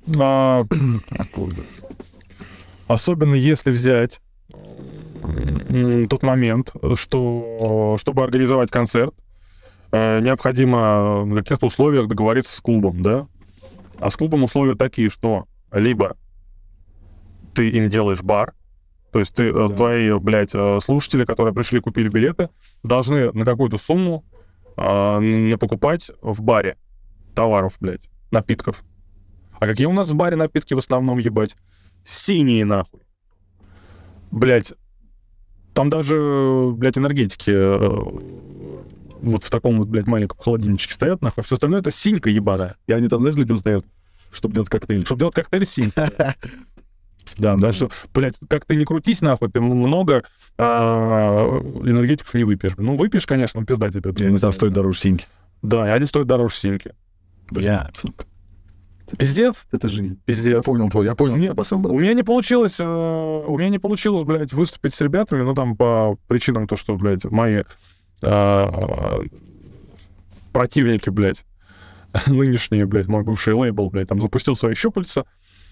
Особенно если взять тот момент, что, чтобы организовать концерт, необходимо на каких-то условиях договориться с клубом, да? А с клубом условия такие, что либо ты им делаешь бар, то есть ты, твои, блядь, слушатели, которые пришли, купили билеты, должны на какую-то сумму не покупать в баре товаров, блядь, напитков. А какие у нас в баре напитки в основном, ебать? Синие, нахуй. Блядь, там даже, блядь, энергетики вот в таком вот, блядь, маленьком холодильничке стоят, нахуй. Все остальное — это синька ебаная. И они там, знаешь, люди устают, чтобы делать коктейль. Чтобы делать коктейль синька. Да, что, блядь, как ты не крутись, нахуй, ты много энергетиков не выпьешь. Ну, выпьешь, конечно, пизда тебе. И они там стоят дороже синьки. Да, и они стоят дороже синьки. Бля, сука. Пиздец. Это жизнь. Пиздец. Я понял. Нет, у меня не получилось, блядь, выступить с ребятами, ну, там, по причинам то, что, блядь, мои противники, блядь, нынешние, блядь, мой бывший лейбл, блядь, там, запустил свои щупальца,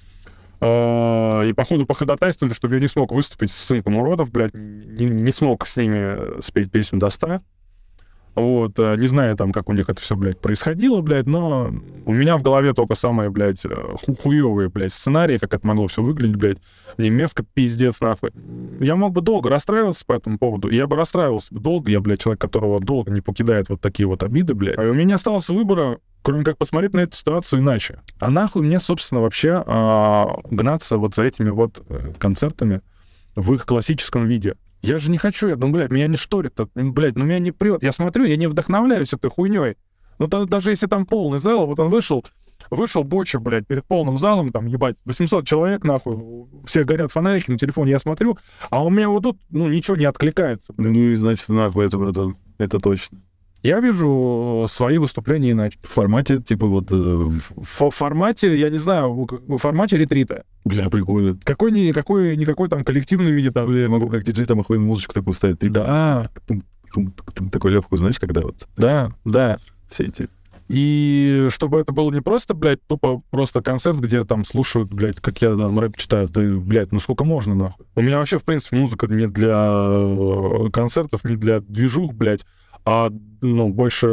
и, походу, походатайствовали, чтобы я не смог выступить с сынком уродов, блядь, не смог с ними спеть песню до 100. Вот, не знаю там, как у них это все, блядь, происходило, блядь, но у меня в голове только самые, блядь, хуёвые, блядь, сценарии, как это могло все выглядеть, блядь. Мне мерзко, пиздец, нахуй. Я мог бы долго расстраиваться по этому поводу, я бы расстраивался долго, я, блядь, человек, которого долго не покидает вот такие вот обиды, блядь. И у меня осталось выбора, кроме как посмотреть на эту ситуацию иначе. А нахуй мне, собственно, вообще гнаться вот за этими вот концертами в их классическом виде. Я же не хочу, я думаю, блядь, меня не шторит, блядь, ну меня не прет. Я смотрю, я не вдохновляюсь этой хуйней. Ну даже если там полный зал, вот он вышел Боча, блядь, перед полным залом, там, ебать, 800 человек, нахуй, все горят фонарики на телефоне, я смотрю, а у меня вот тут, ну, ничего не откликается. Ну и значит, нахуй это, братан, это точно. Я вижу свои выступления иначе. В формате, типа, вот... В формате, я не знаю, в формате ретрита. Бля, прикольно. Никакой там коллективной медитации. Я могу как диджей там охуенную музычку такую ставить. Да. Такой легкую, знаешь, когда вот... Да. Все эти... И чтобы это было не просто, блядь, тупо просто концерт, где там слушают, блядь, как я там рэп читаю, да, блядь, ну сколько можно, нахуй. У меня вообще, в принципе, музыка не для концертов, не для движух, блядь, а, ну, больше,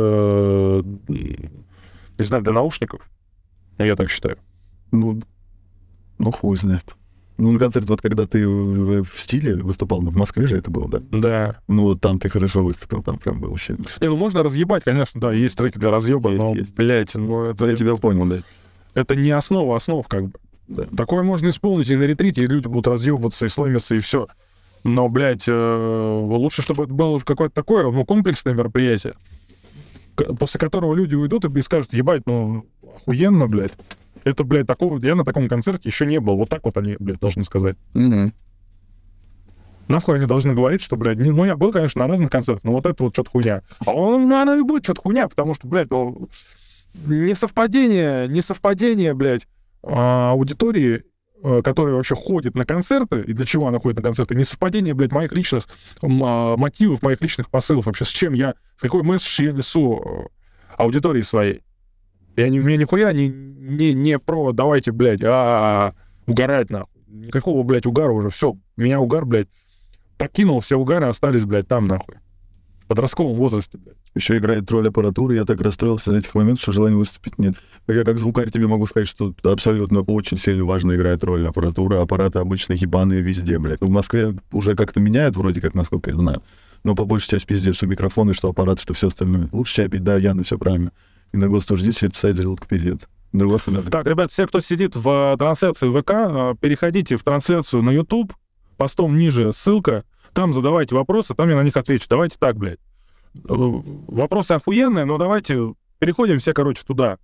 не знаю, для наушников. Я так считаю. Ну хуй знает. Ну, на концерт, вот когда ты в стиле выступал, в Москве же это было, да? Да. Ну, там ты хорошо выступил, там прям было сильно. Не, ну можно разъебать, конечно, да, есть треки для разъеба, но, есть. блядь, ну это... Я тебя понял, да. Это не основа основ, как бы. Да. Такое можно исполнить и на ретрите, и люди будут разъебываться и сломиться, и все. Но, блядь, лучше, чтобы это было какое-то такое, ну, комплексное мероприятие, после которого люди уйдут и скажут, ебать, ну, охуенно, блядь. Это, блядь, такого, я на таком концерте еще не был. Вот так вот они, блядь, должны сказать. Угу. Нахуй они должны говорить, что, блядь, ну, я был, конечно, на разных концертах, но вот это вот что-то хуйня. Ну, она и будет что-то хуйня, потому что, блядь, ну, несовпадение, блядь, аудитории, которая вообще ходит на концерты, и для чего она ходит на концерты, несовпадение, блядь, моих личных мотивов, моих личных посылов вообще, с какой месседж я несу аудитории своей. Я мне нихуя не про давайте, блядь, угорать, нахуй. Никакого, блядь, угара уже, все. Меня угар, блядь, покинул, все угары остались, блядь, там, нахуй. В подростковом возрасте, блядь. Еще играет роль аппаратуры, я так расстроился из этих моментов, что желания выступить нет. Я как звукарь тебе могу сказать, что абсолютно очень сильно важно играет роль аппаратура. Аппараты обычно ебаные везде, блядь. В Москве уже как-то меняют, вроде как, насколько я знаю. Но по большей части пиздец, что микрофоны, что аппарат, что все остальное. Лучше чапить, да, Яна, все правильно. И на гос тоже здесь все это сайт желтый пиздец. Так, ребят, все, кто сидит в трансляции ВК, переходите в трансляцию на YouTube, постом ниже ссылка, там задавайте вопросы, там я на них отвечу. Давайте так, блядь. Вопросы охуенные, но давайте переходим все, короче, туда.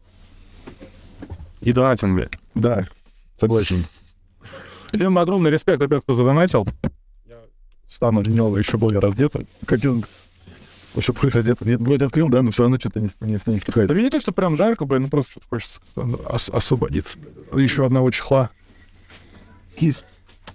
И донатим, блядь. Да, согласен. Всем огромный респект, ребят, кто задонатил. Я стану линёво еще более раздетый. Как он еще более раздетый? Нет, вроде открыл, да, но все равно что-то не стихает. Да мне не то, что прям жарко, блядь, ну просто что-то хочется освободиться. Еще одного чехла. Есть.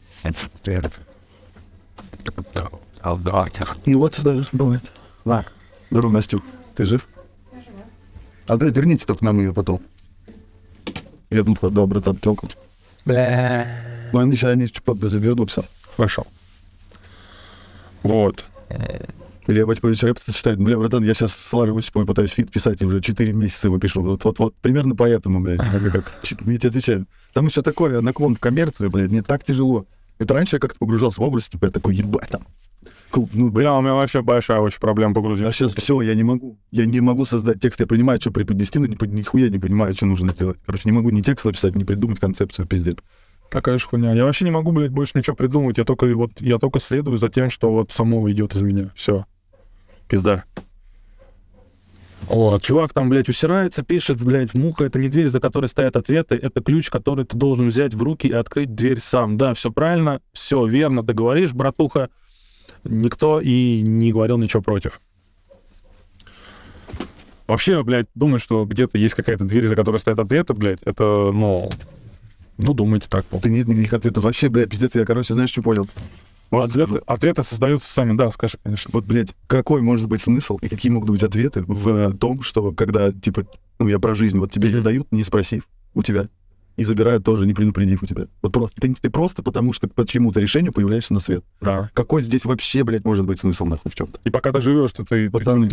И вот сюда бывает. На, здорово, Настюк. Ты жив? Я жива. А да, верните только нам ее потом. Я тут отдал, братан, тёлку. Бля. Ну, они сейчас, они чуть-чуть вернутся. Хорошо. Вот. Или я по вечерам читаю, бля, братан, я сейчас с Ларой Осиповой пытаюсь фит писать, и уже 4 месяца его пишу. Вот примерно поэтому, блядь, я тебе отвечаю. Там еще такое, наклон в коммерцию, блядь, мне так тяжело. Это раньше я как-то погружался в область, типа, я такой, ебать, там. Ну, бля, у меня вообще большая очень проблема погрузиться. А сейчас все, я не могу. Я не могу создать текст, я понимаю, что преподнести, но нихуя не понимаю, что нужно сделать. Короче, не могу ни текст написать, ни придумать концепцию, пиздец. Такая же хуйня. Я вообще не могу, блядь, больше ничего придумать. Я только следую за тем, что вот само идет из меня. Все. Пизда. Вот, чувак там, блядь, усирается, пишет, блядь, муха — это не дверь, за которой стоят ответы, это ключ, который ты должен взять в руки и открыть дверь сам. Да, все правильно, все верно, ты говоришь, братуха. Никто и не говорил ничего против. Вообще, блядь, думать, что где-то есть какая-то дверь, за которой стоят ответы, блядь, это, ну, думайте так. Да нет никаких ответов. Вообще, блядь, пиздец, я, короче, знаешь, что понял? Ответы создаются сами, да, скажи, конечно. Вот, блядь, какой может быть смысл и какие могут быть ответы в том, что когда, типа, ну, я про жизнь, вот тебе ее дают, не спросив у тебя, и забирают тоже, не предупредив у тебя. Вот просто, ты просто потому что по чему-то решению появляешься на свет. Да. Какой здесь вообще, блядь, может быть смысл, нахуй, в чем-то? И пока ты живешь, ты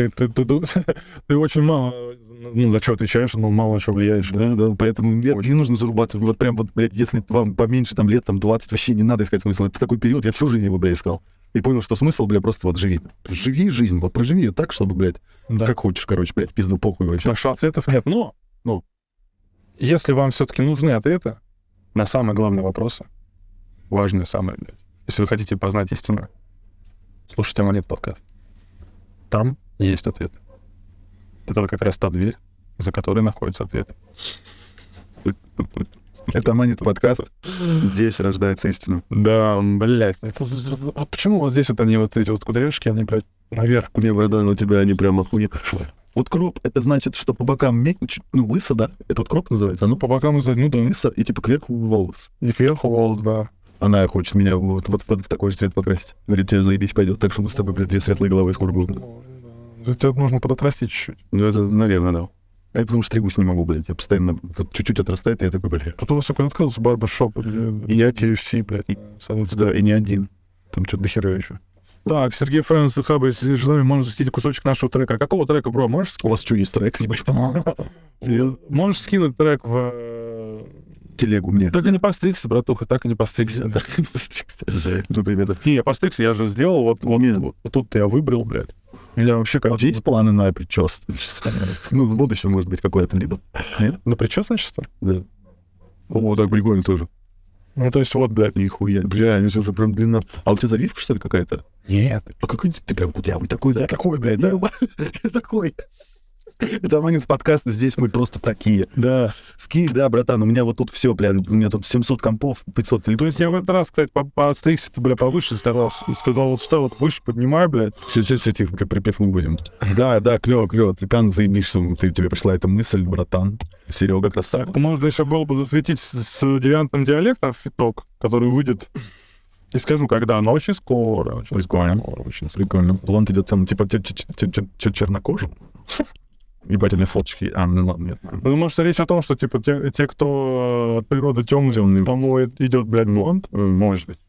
очень мало, ну, за что отвечаешь, но мало чего влияешь. Да, поэтому не нужно зарубаться. Вот прям, вот, блядь, если вам поменьше, там, лет, там, 20, вообще не надо искать смысл. Это такой период, я всю жизнь его, блядь, искал. И понял, что смысл, блядь, просто вот живи. Живи жизнь, вот проживи ее так, чтобы, блядь, да. Как хочешь, короче, блядь, пизду похуй вообще. Так что ответов нет, но если вам все-таки нужны ответы на самые главные вопросы, важные самые, блядь, если вы хотите познать истину, слушайте Аманит подкаст. Там есть ответы. Это как раз та дверь, за которой находится ответ. Это Аманит подкаст. Здесь рождается истина. Да, блядь. Почему вот здесь вот они вот эти вот кудряшки, они, блядь, наверх? Не, братан, у тебя они прям охуенно. Вот кроп, это значит, что по бокам лысо, да? Это вот кроп называется? Ну, по бокам называется, ну да. Лысо, и типа кверху волос. И кверху волос, да. Она хочет меня вот в такой же цвет покрасить. Говорит, тебе заебись пойдет. Так что мы с тобой, блядь, две светлые головы скоро будем. Тебе нужно подотрастить чуть-чуть. Ну, это, наверное, да. А я потому что стригусь не могу, блядь. Я постоянно вот чуть-чуть отрастает, и я такой, блядь. Потом, сука, открылся барбершоп. И я KFC, блядь. Да, и не один. Там что-то дохера еще. Так, Сергей Фрэнс и Хаба, если желаете, можно запустить кусочек нашего трека. Какого трека, бро? Можешь скинуть? У вас что, есть трек? Серьезно? Можешь скинуть трек в... телегу мне. Так и не постригся, братуха, так и не постригся. Так и не постригся. Ну, ребята. Не, я постригся, я же сделал, вот тут-то я выбрал, блядь. Или вообще как... А у тебя есть планы на причёс? Ну, в будущем, может быть, какое-то либо. Нет? На причёсничество? Да. О, так прикольно тоже. Ну, то есть вот, блядь. Нихуя. Бля, они уже прям длина. А у тебя завивка, что ли, какая-то? Нет. А какой ты прям кудрявый такой, да? Я такой, блядь, да? Я такой. Это Аманит подкаст, здесь мы просто такие. Да. Скинь, да, братан, у меня вот тут все, бля, у меня тут 700 компов, 500 телефонов. То есть я в этот раз, кстати, подстригся-то, бля, повыше старался. Сказал, вот что, вот выше поднимай, блядь. Сейчас тихо, припев не будем. Да, клево. Трикан, заебись, что тебе пришла эта мысль, братан. Серега, красавчик. Можно еще было бы засветить с девиантным диалектом фиток, который выйдет. Не скажу, когда, но очень скоро. Очень прикольно. Блонд идет там, типа, чернокожий. Ебать, у меня фоточки. Ну ладно, нет. Ну, может, речь о том, что, типа, те кто от природы темный, тому идет, блядь, блонд. Может быть.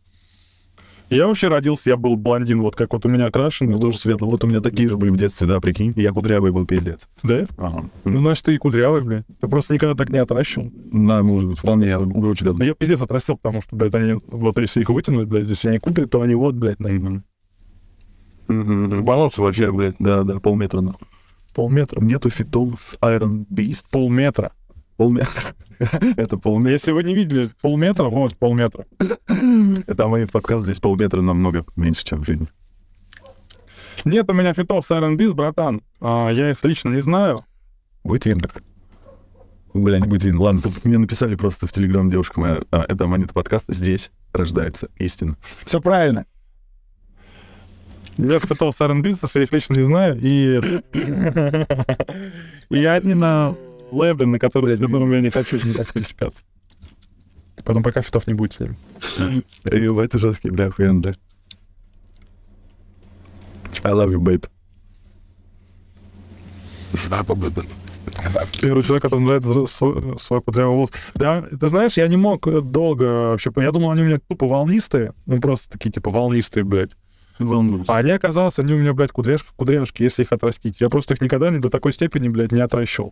Я вообще родился, я был блондин, вот как вот у меня окрашенный. Тоже светлый. Вот у меня такие же были в детстве, да, прикинь. Я кудрявый был, пиздец. Да? Ага. Ну, значит, ты и кудрявый, блядь. Ты просто никогда так не отращивал. Да, может быть, вполне очень давно. Я пиздец отрастил, потому что, блядь, они, вот если их вытянуть, блядь, если они купят, то они вот, блядь, Балансы вообще, блядь, да, полметра, нахуй. Полметра. Нету фитов Iron Beast. Полметра. Это полметра. Если вы не видели полметра, вот полметра. Это мой подкаст, здесь полметра намного меньше, чем в жизни. Нет у меня фитов с Iron Beast, братан. Я их лично не знаю. Будет видно. Бля, не будет видно. Ладно, тут мне написали просто в Телеграм девушка моя. Это Аманит подкаст. Здесь рождается истина. Все правильно. Я фитов с Iron Beast, я их лично не знаю. И я не на лейбле, на котором я не хочу никак пересекаться. Потом пока фитов не будет с ним. Это жесткий, бля, охуенно, да. I love you, babe. Первый человек, которому нравится свой кудрявый волос. Да, ты знаешь, я не мог долго вообще... Я думал, они у меня тупо волнистые. Ну, просто такие, типа, волнистые, блядь. Волнуюсь. А они, оказалось, они у меня, блядь, кудряшки, если их отрастить. Я просто их никогда до такой степени, блядь, не отращивал.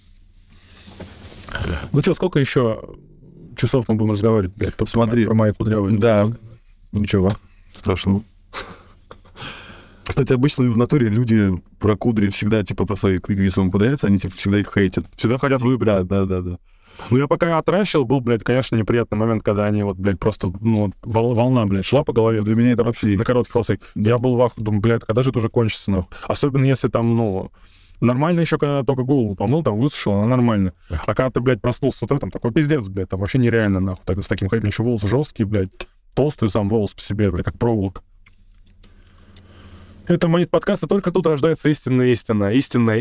Ну что, сколько еще часов мы будем разговаривать, блядь, Смотри. про мои кудрявые? Да. Ничего страшного. Кстати, обычно в натуре люди про кудри всегда, типа, про свои, если он кудряется, они, типа, всегда их хейтят. Всегда хотят выбрать. Да. Ну, я пока отращивал, был, блядь, конечно, неприятный момент, когда они вот, блядь, просто, ну, волна, блядь, шла по голове. Для меня это вообще... На короткий волосы. Я был в ахуе, думаю, блядь, когда же это уже кончится, нахуй? Особенно если там, ну... Нормально еще, когда только голову помыл, там высушил, она нормально. А когда ты, блядь, проснулся с утра, там такой пиздец, блядь, там вообще нереально, нахуй. Так, с таким ходить, еще волосы жесткие, блядь, толстый сам волос по себе, блядь, как проволока. Это монет подкаста, только тут рождается истинная истина. Истина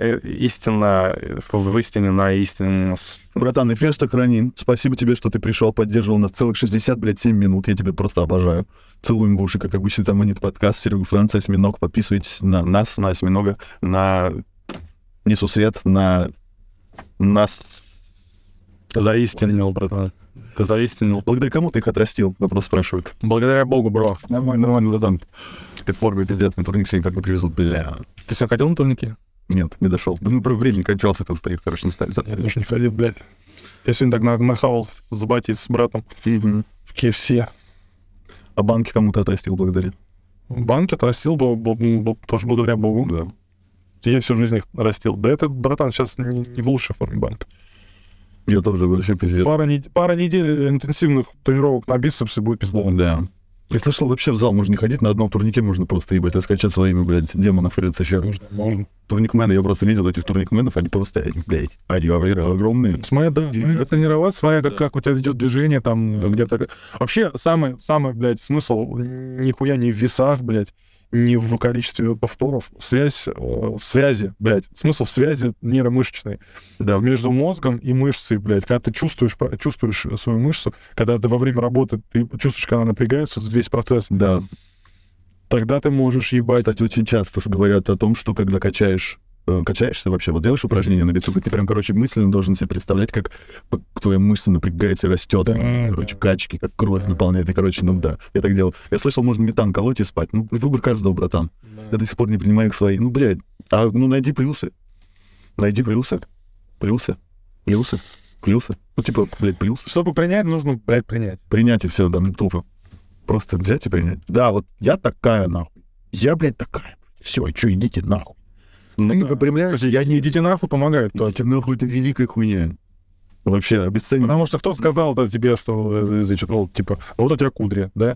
в истине на истине. Братан, эфир храним. Спасибо тебе, что ты пришел, поддерживал нас целых 7 минут. Я тебя просто обожаю. Целуем в уши, как обычно, там монет подкаст. Серега Франция, Осьминог. Подписывайтесь на нас, на Осьминога, на Несусвет, на нас. Заистинил, братан. Ты заистинил. Благодаря кому ты их отрастил? Вопрос спрашивают. Благодаря Богу, бро. Нормально, братан. Ты в форме, пиздец, на турник сегодня как-то привезут, бля. Ты сегодня ходил на турники? Нет, не дошел. Да, ну, времени кончался, тут поехал, короче, не стали. Я тоже не ходил, блядь. Я сегодня так нахавал с батей, с братом в KFC. А банки кому-то отрастил благодаря? Банки отрастил тоже благодаря Богу. Да. Я всю жизнь их растил. Да это, братан, сейчас не в лучшей форме банка. Я тоже вообще пиздец. Пара недель интенсивных тренировок на бицепсе будет пизда. Да. Я слышал, вообще в зал можно не ходить, на одном турнике можно просто ебать, раскачать своими, блядь, демонов и рыцарей. Можно. Турникмены, я просто видел этих турникменов, они просто, блядь, они огромные. Смотря, да, тренироваться, смотря как у тебя идет движение, там где-то... Вообще, самый, блядь, смысл нихуя не в весах, блядь, не в количестве повторов. Связь в связи, блядь. Смысл в связи нейромышечной. Да, между мозгом и мышцей, блядь. Когда ты чувствуешь свою мышцу, когда ты во время работы, ты чувствуешь, когда она напрягается, весь процесс. Да. Тогда ты можешь ебать. Кстати, очень часто говорят о том, что когда качаешься вообще, вот делаешь упражнение на бицепсе, ты прям, короче, мысленно должен себе представлять, как твоя мышца напрягается и растет. Да, короче, качки, как кровь наполняет. И, короче, ну да, я так делал. Я слышал, можно метан колоть и спать. Ну, выбор каждого, братан. Да. Я до сих пор не принимаю их свои. Ну, блядь, найди плюсы. Найди плюсы. Плюсы. Ну, типа, блядь, плюсы. Чтобы принять, нужно, блядь, принять. Принять и все, да, ну, тупо. Просто взять и принять. Да, вот я такая, нахуй. Я, блядь, такая. Все, что, идите нахуй. Ну, Ты да. выпрямляешься, Слушай, я не... идите нахуй, помогает. Идите нахуй, это великая хуйня. Вообще, обесцениваю. Потому что кто сказал тебе, что, значит, ну, типа, вот у тебя кудри, да?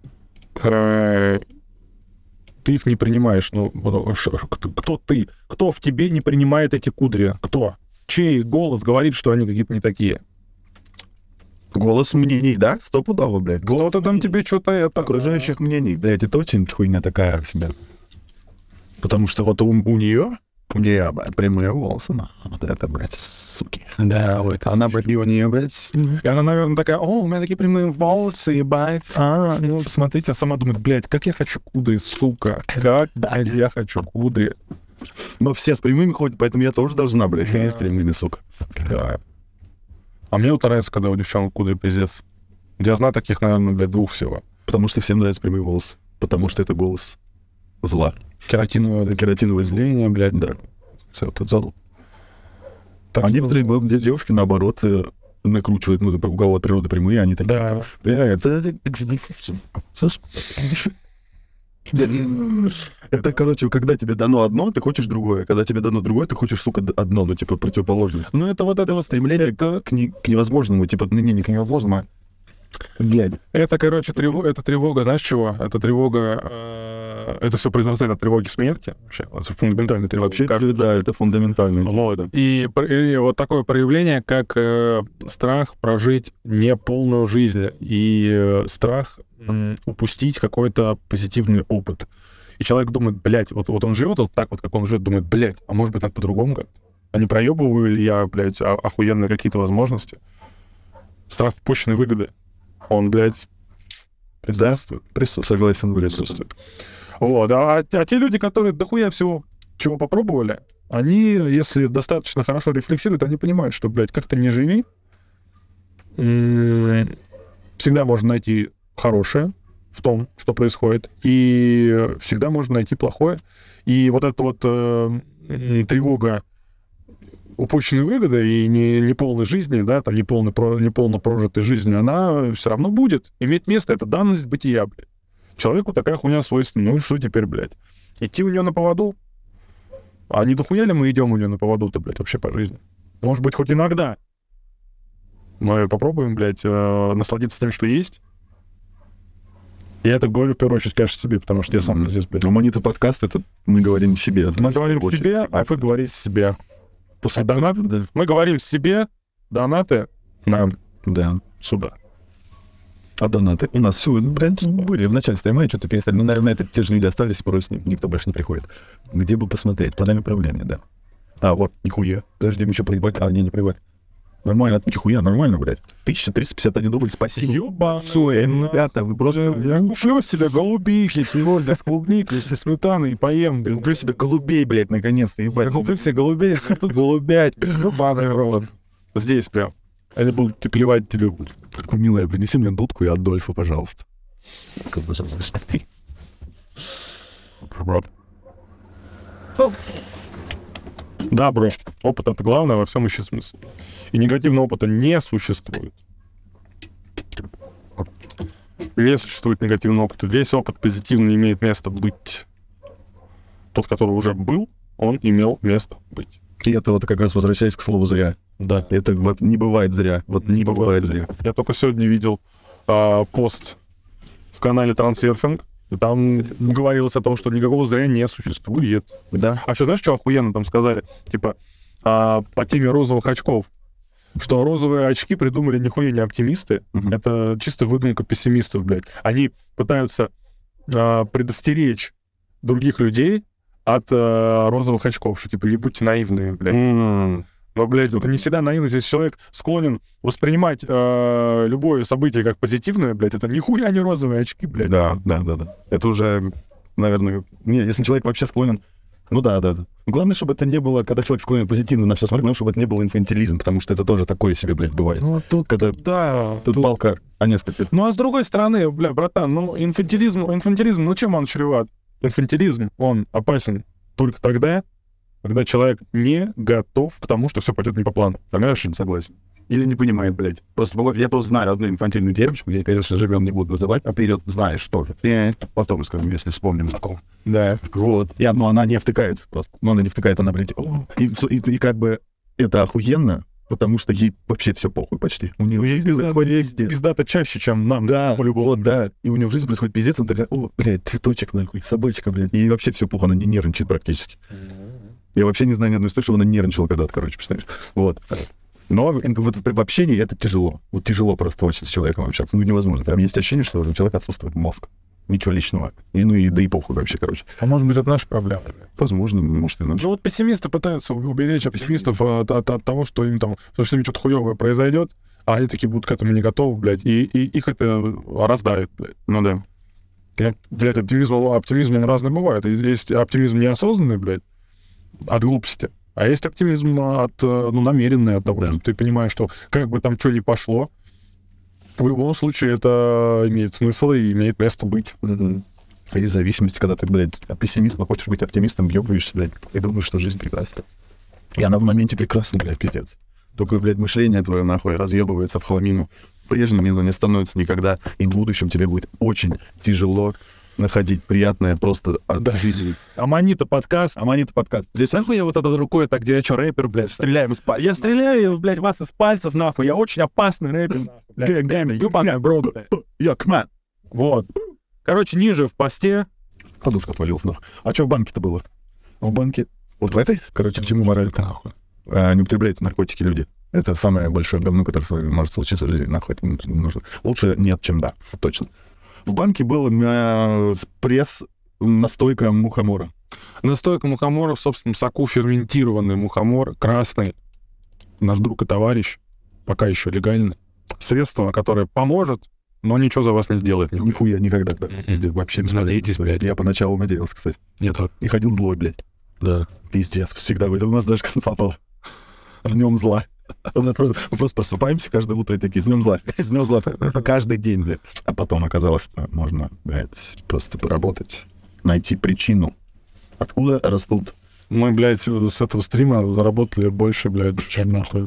Ты их не принимаешь. Ну, кто ты? Кто в тебе не принимает эти кудри? Кто? Чей голос говорит, что они какие-то не такие? Голос мнений, да? Стопудово, блядь. Кто-то там тебе что-то это... Окружающих мнений. Блядь, это очень хуйня такая в себя. Потому что вот у нее, блядь, прямые волосы, вот это, блядь, суки. Да, вот. Она, блядь, у нее, блядь... И она, наверное, такая, у меня такие прямые волосы, ебать. Ну, смотрите, а сама думает, блядь, как я хочу кудри, сука. Как, блядь, я хочу кудри. Но все с прямыми ходят, поэтому я тоже должна, блядь, ходить с прямыми, сука. Да. А мне вот нравится, когда у девчонок кудри пиздец. Я знаю таких, наверное, блядь, 2 всего. Потому что всем нравятся прямые волосы. Потому что это голос зла. Кератиновое зрение, блядь. Да. Все, вот это задул. А некоторые девушки, наоборот, накручивают, ну, у кого от природы прямые, они такие. Да. Это, короче, когда тебе дано одно, ты хочешь другое. Когда тебе дано другое, ты хочешь, сука, одно, ну, типа, противоположность. Ну, это вот это вот Стремление к невозможному, типа, не к невозможному, а... Блядь. Это, короче, тревога, знаешь чего? Это тревога, это все произрастает от тревоги смерти. Вообще, это фундаментальная тревога. Вообще, да, это фундаментально. Вот. И вот такое проявление, как страх прожить неполную жизнь и страх упустить какой-то позитивный опыт. И человек думает, блядь, вот он живет вот так вот, как он живет, думает, блядь, а может быть так по-другому как-то? А не проебываю ли я, блядь, охуенные какие-то возможности? Страх упущенной выгоды. Он, блядь, присутствует. Да? Присутствует. Согласен, блядь. Присутствует. Вот. А те люди, которые дохуя всего, чего попробовали, они, если достаточно хорошо рефлексируют, они понимают, что, блядь, как ты не живи, всегда можно найти хорошее, в том, что происходит, и всегда можно найти плохое. И вот эта вот тревога упущенной выгоды и неполной жизни, да, там неполно прожитой жизни, она все равно будет иметь место. Это данность бытия, блядь. Человеку такая хуйня свойственна. Ну и что теперь, блядь? Идти у нее на поводу? А не дохуя ли мы идем у нее на поводу-то, блядь, вообще по жизни? Может быть, хоть иногда мы попробуем, блядь, насладиться тем, что есть. Я это говорю, в первую очередь, конечно, себе, потому что я сам здесь, блядь. Монета подкаст, это мы говорим себе. Мы говорим себе, а вы говорите себе. После донаты, да. Мы говорим себе, донаты нам сюда. А донаты у нас все, были в начале стрима, что-то перестали. Ну, наверное, это те же люди остались, просто никто больше не приходит. Где бы посмотреть? Планами управления, да. А, вот, нихуя. Подожди, мы что, проебать? А, не проебать. Нормально, нихуя, нормально, блядь. 1351 рубль, спасибо. Ёбаный, ребята, вы просто... Я куплю себе голубей сегодня с клубникой, со сметаной и поем. Я куплю себе голубей, блядь, наконец-то, ебать. Я куплю себе голубей, тут голубять. Ёбаный рот. Здесь прям. Они будут клевать тебе. Милая, принеси мне дудку и Адольфа, пожалуйста. Да, бро. Опыт — это главное во всем еще смысле. И негативного опыта не существует. Не существует негативного опыта. Весь опыт позитивный имеет место быть. Тот, который уже был, он имел место быть. И это вот как раз возвращаясь к слову «зря». Да. Это не бывает зря. Вот не бывает зря. Я только сегодня видел пост в канале Трансерфинг. И там говорилось о том, что никакого зря не существует. Да. А что, знаешь, что охуенно там сказали? Типа, по теме розовых очков. Что розовые очки придумали нихуя не оптимисты. Это чисто выдумка пессимистов, блядь. Они пытаются предостеречь других людей от розовых очков. Что, типа, не будьте наивными, блядь. Но, блядь, это не всегда наивно. Здесь человек склонен воспринимать любое событие как позитивное, блядь. Это нихуя не розовые очки, блядь. Да. Это уже, наверное... Не, если человек вообще склонен... Ну да. Главное, чтобы это не было, когда человек склонен позитивно на все смотреть, главное, чтобы это не был инфантилизм, потому что это тоже такое себе, блядь, бывает. Ну, тут, когда да. Тут палка, а несколько... Ну, а с другой стороны, бля, братан, ну, инфантилизм, ну, чем он чреват? Инфантилизм, он опасен только тогда, когда человек не готов к тому, что все пойдет не по плану. Понимаешь, не согласен. Или не понимает, блядь. Я просто знаю одну инфантильную девочку, я, конечно, живем не буду называть, а вперед знаешь тоже. Потом скажем, если вспомним такого. Да. Вот. Но она не втыкается просто. Но она не втыкает, она, блядь, и как бы это охуенно, потому что ей вообще все похуй почти. У нее жизнь происходит пиздата чаще, чем нам. Да, по-любому. Вот, да. И у нее в жизни происходит пиздец, она такая, блядь, цветочек нахуй, собачка, блядь. И вообще все похуй, она не нервничает практически. Я вообще не знаю ни одной истории, что она нервничала когда-то, короче, представляешь. Вот. Но в общении это тяжело. Вот тяжело просто очень с человеком общаться. Ну, невозможно. Прям есть ощущение, что у человека отсутствует мозг. Ничего личного. Да и похуй вообще, короче. А может быть, это наша проблема? Возможно, может и наша. Ну вот пессимисты пытаются уберечь пессимистов от того, что им там, что с ними что-то хуёвое произойдет, а они такие будут к этому не готовы, блядь, и их это раздавит, блядь. Ну да. Блядь, оптимизм он разный бывает. Есть оптимизм неосознанный, блядь, от глупости. А есть оптимизм намеренный от того, что ты понимаешь, что как бы там что ни пошло, в любом случае это имеет смысл и имеет место быть. И зависимости, когда ты, блядь, пессимистом, хочешь быть оптимистом, въебываешься, блядь, и думаешь, что жизнь прекрасна. И она в моменте прекрасна, блядь, пиздец. Только, блядь, мышление твое, нахуй, разъебывается в хламину. Прежним оно не становится никогда, и в будущем тебе будет очень тяжело находить приятное просто от жизни. Аманита подкаст. Здесь нахуй я вот этой рукой так, где я что, рэпер, блядь? Стреляем из пальцев. Я стреляю, блядь, вас из пальцев, нахуй. Я очень опасный рэпер. Ёбаный брод, блядь. Йокман. Вот. Короче, ниже в посте. Подушка отвалилась, нахуй. А что в банке-то было? В банке... Вот в этой? Короче, к чему мораль-то, нахуй? Не употребляют наркотики люди. Это самое большое говно, которое может случиться в жизни, нахуй. Это нужно. Лучше нет, чем да, точно. В банке был настойка мухомора. Настойка мухомора в собственном соку, ферментированный мухомор, красный. Наш друг и товарищ, пока еще легальный. Средство, которое поможет, но ничего за вас не сделает. Нихуя, никогда. Да. Вообще не надейтесь, блядь. Я поначалу надеялся, кстати. Нет. И ходил злой, блядь. Да. Пиздец, всегда. У нас даже конфа была. В нем зла. Мы просто просыпаемся каждое утро и такие, с днем Златы, каждый день, блядь. А потом оказалось, что можно, блядь, просто поработать, найти причину, откуда растут. Мы, блядь, с этого стрима заработали больше, блядь, чем нахуй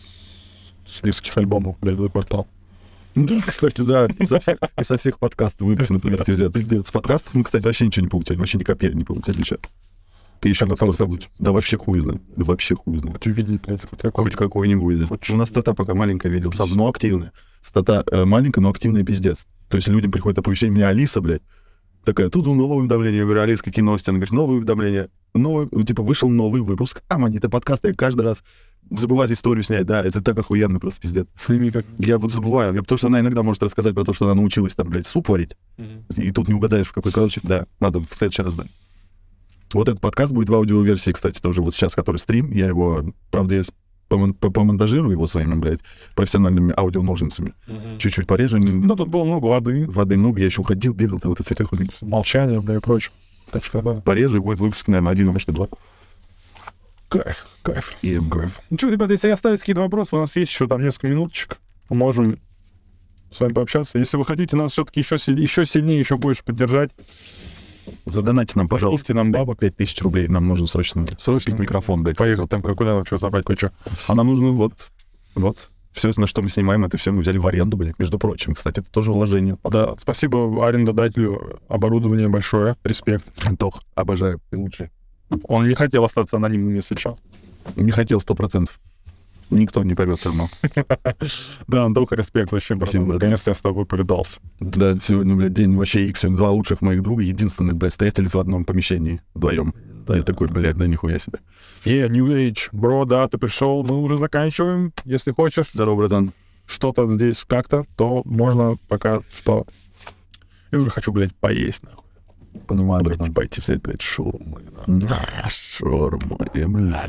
с нескольких альбомов, блядь, за квартал. Да, кстати, да. Со всех подкастов выпущено вместе взято. С подкастов мы, кстати, вообще ничего не получали. Вообще ни копейки не получали. Ничего. Ты еще на второй забудь. Да вообще хуй знает. Да вообще хуй знает. Хоть увидеть, блядь, Хоть какой-нибудь. У нас стата пока маленькая видел. Сразу, но активная. Стата маленькая, но активная пиздец. То есть людям приходит оповещение. Меня Алиса, блядь, такая, тут новое уведомление. Я говорю, Алиса, какие новости? Она говорит, новое уведомление. Новый, типа, вышел новый выпуск. Аманита подкаста. Я каждый раз забывать историю снять. Да, это так охуенно, просто пиздец. Сними как... Я вот забываю. Потому что она иногда может рассказать про то, что она научилась там, блядь, суп варить. И тут не угадаешь, в какой. Короче, да, надо в следующий раз, да. Вот этот подкаст будет в аудиоверсии, кстати, тоже вот сейчас, который стрим. Я его, правда, я помонтажирую его своими, блядь, профессиональными аудионожницами. Чуть-чуть порежу. Ну, тут было много воды. Воды много, я еще уходил, бегал, там вот это все. Молчание, бля, и прочее. Так что, да. Порежу, и будет выпуск, наверное, 1, может, и 2. Кайф. И Кайф. Ну что, ребята, если оставить какие-то вопросы, у нас есть еще там несколько минуточек. Мы можем с вами пообщаться. Если вы хотите нас все-таки еще сильнее, еще больше поддержать, задонайте нам, пожалуйста, нам бабок 5000 рублей. Нам нужен срочно микрофон, блядь. Поехал там, куда нам что забрать, кое-что. А нам нужно вот. Все, на что мы снимаем, это все мы взяли в аренду, блядь, между прочим. Кстати, это тоже вложение. Да, спасибо арендодателю. Оборудование большое. Респект. Антох, обожаю. Ты лучший. Он не хотел остаться анонимным, если что. Не хотел 100%. Никто не поймет все равно. Да, Антоха, респект вообще, братан. Наконец-то я с тобой повидался. Да, сегодня, блядь, день вообще икс. Сегодня 2 лучших моих друга, единственных, блядь, встретились в одном помещении вдвоем. Да, я такой, блядь, да нихуя себе. New Age, бро, да, ты пришел, мы уже заканчиваем. Если хочешь Здорово, братан. что-то здесь как-то, то можно пока что... Я уже хочу, блядь, поесть, нахуй. Понимаю, братан. Пойти взять, блядь, шаурмы. Да, шаурмы, блядь.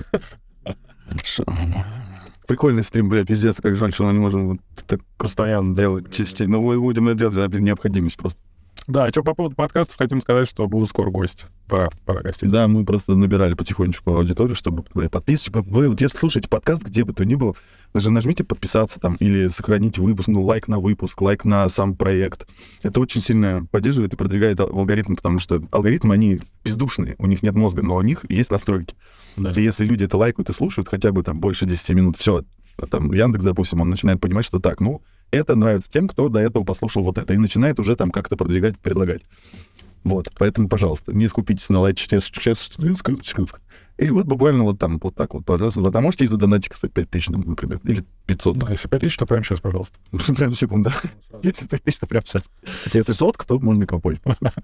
Прикольный стрим, блядь, пиздец, как жаль, что мы не можем вот так постоянно делать частей. Но мы будем это делать за необходимость просто. Да, что по поводу подкастов, хотим сказать, что будут скоро гости. Пора гостить. Да, мы просто набирали потихонечку аудиторию, чтобы подписывать. Вы вот если слушаете подкаст, где бы то ни было, даже нажмите подписаться там или сохранить выпуск, ну, лайк на выпуск, лайк на сам проект. Это очень сильно поддерживает и продвигает алгоритм, потому что алгоритмы, они бездушные, у них нет мозга, но у них есть настройки. Да. И если люди это лайкают и слушают хотя бы там больше 10 минут, все, там Яндекс, допустим, он начинает понимать, что так, ну, это нравится тем, кто до этого послушал вот это, и начинает уже там как-то продвигать, предлагать. Вот, поэтому, пожалуйста, не скупитесь на лайк. И вот буквально вот там, вот так вот, пожалуйста. Вот, а можете и задонатить, кстати, 5000, например, или 500. Да, если 5000, то прямо сейчас, пожалуйста. Прямо секунду, да. Если 5000, то прямо сейчас. Хотя если сотка, то можно и попозже.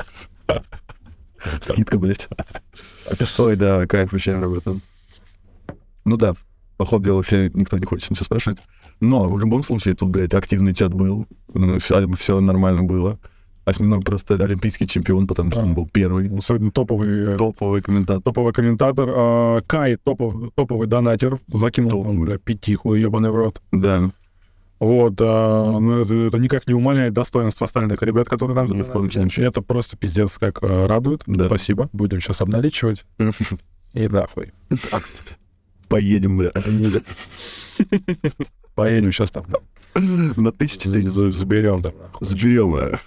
Скидка, блядь. Ой, да, кайф вообще об этом. Ну да, по ходу дела никто не хочет ничего спрашивать. Но в любом случае тут, блядь, активный чат был. Все нормально было. Осьминог просто олимпийский чемпион, потому что он был первый. Особенно топовый комментатор. Топовый комментатор. Кай, топовый донатер. Закинул, бля, пятиху, ебаный в рот. Да. Вот, но это никак не умаляет достоинства остальных ребят, которые нам записали. Это просто пиздец как радует. Да. Спасибо. Будем сейчас обналичивать. И нахуй. Поедем, бля. Поедем сейчас там. На 1000 заберем там. Заберем, бля.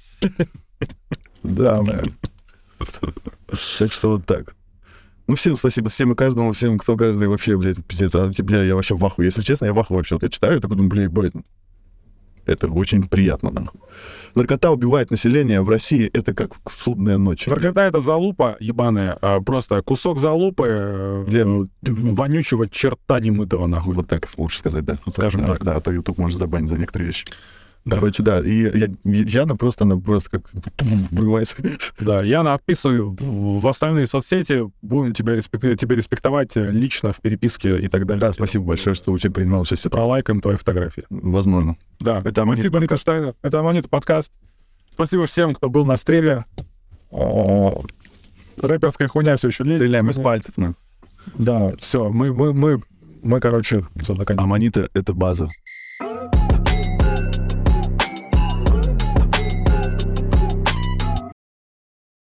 Да, бля. Так что вот так. Ну, всем спасибо, всем и каждому, всем, кто каждый вообще, блядь, пиздец. Бля, я вообще в ахуе. Если честно, я в ахуе вообще. Вот я читаю, такой думаю, блядь, это очень приятно, нахуй. Наркота убивает население в России, это как судная ночь. Наркота — это залупа ебаная, просто кусок залупы вонючего черта немытого, нахуй. Вот так лучше сказать, да. Скажем так. Да, а то YouTube может забанить за некоторые вещи. Да. Короче, да, и Яна просто как врывается. Да, Яна, отписывай в остальные соцсети, будем тебя респектовать лично в переписке и так далее. Да, спасибо большое, что у тебя принимал участие. Пролайкаем твои фотографии. Возможно. Да, это Аманита Штайна, это Аманита подкаст. Спасибо всем, кто был на стриме. Рэперская хуйня все еще. Стреляем из пальцев, ну. Да, все, мы, короче, все, наконец. Аманита — это база.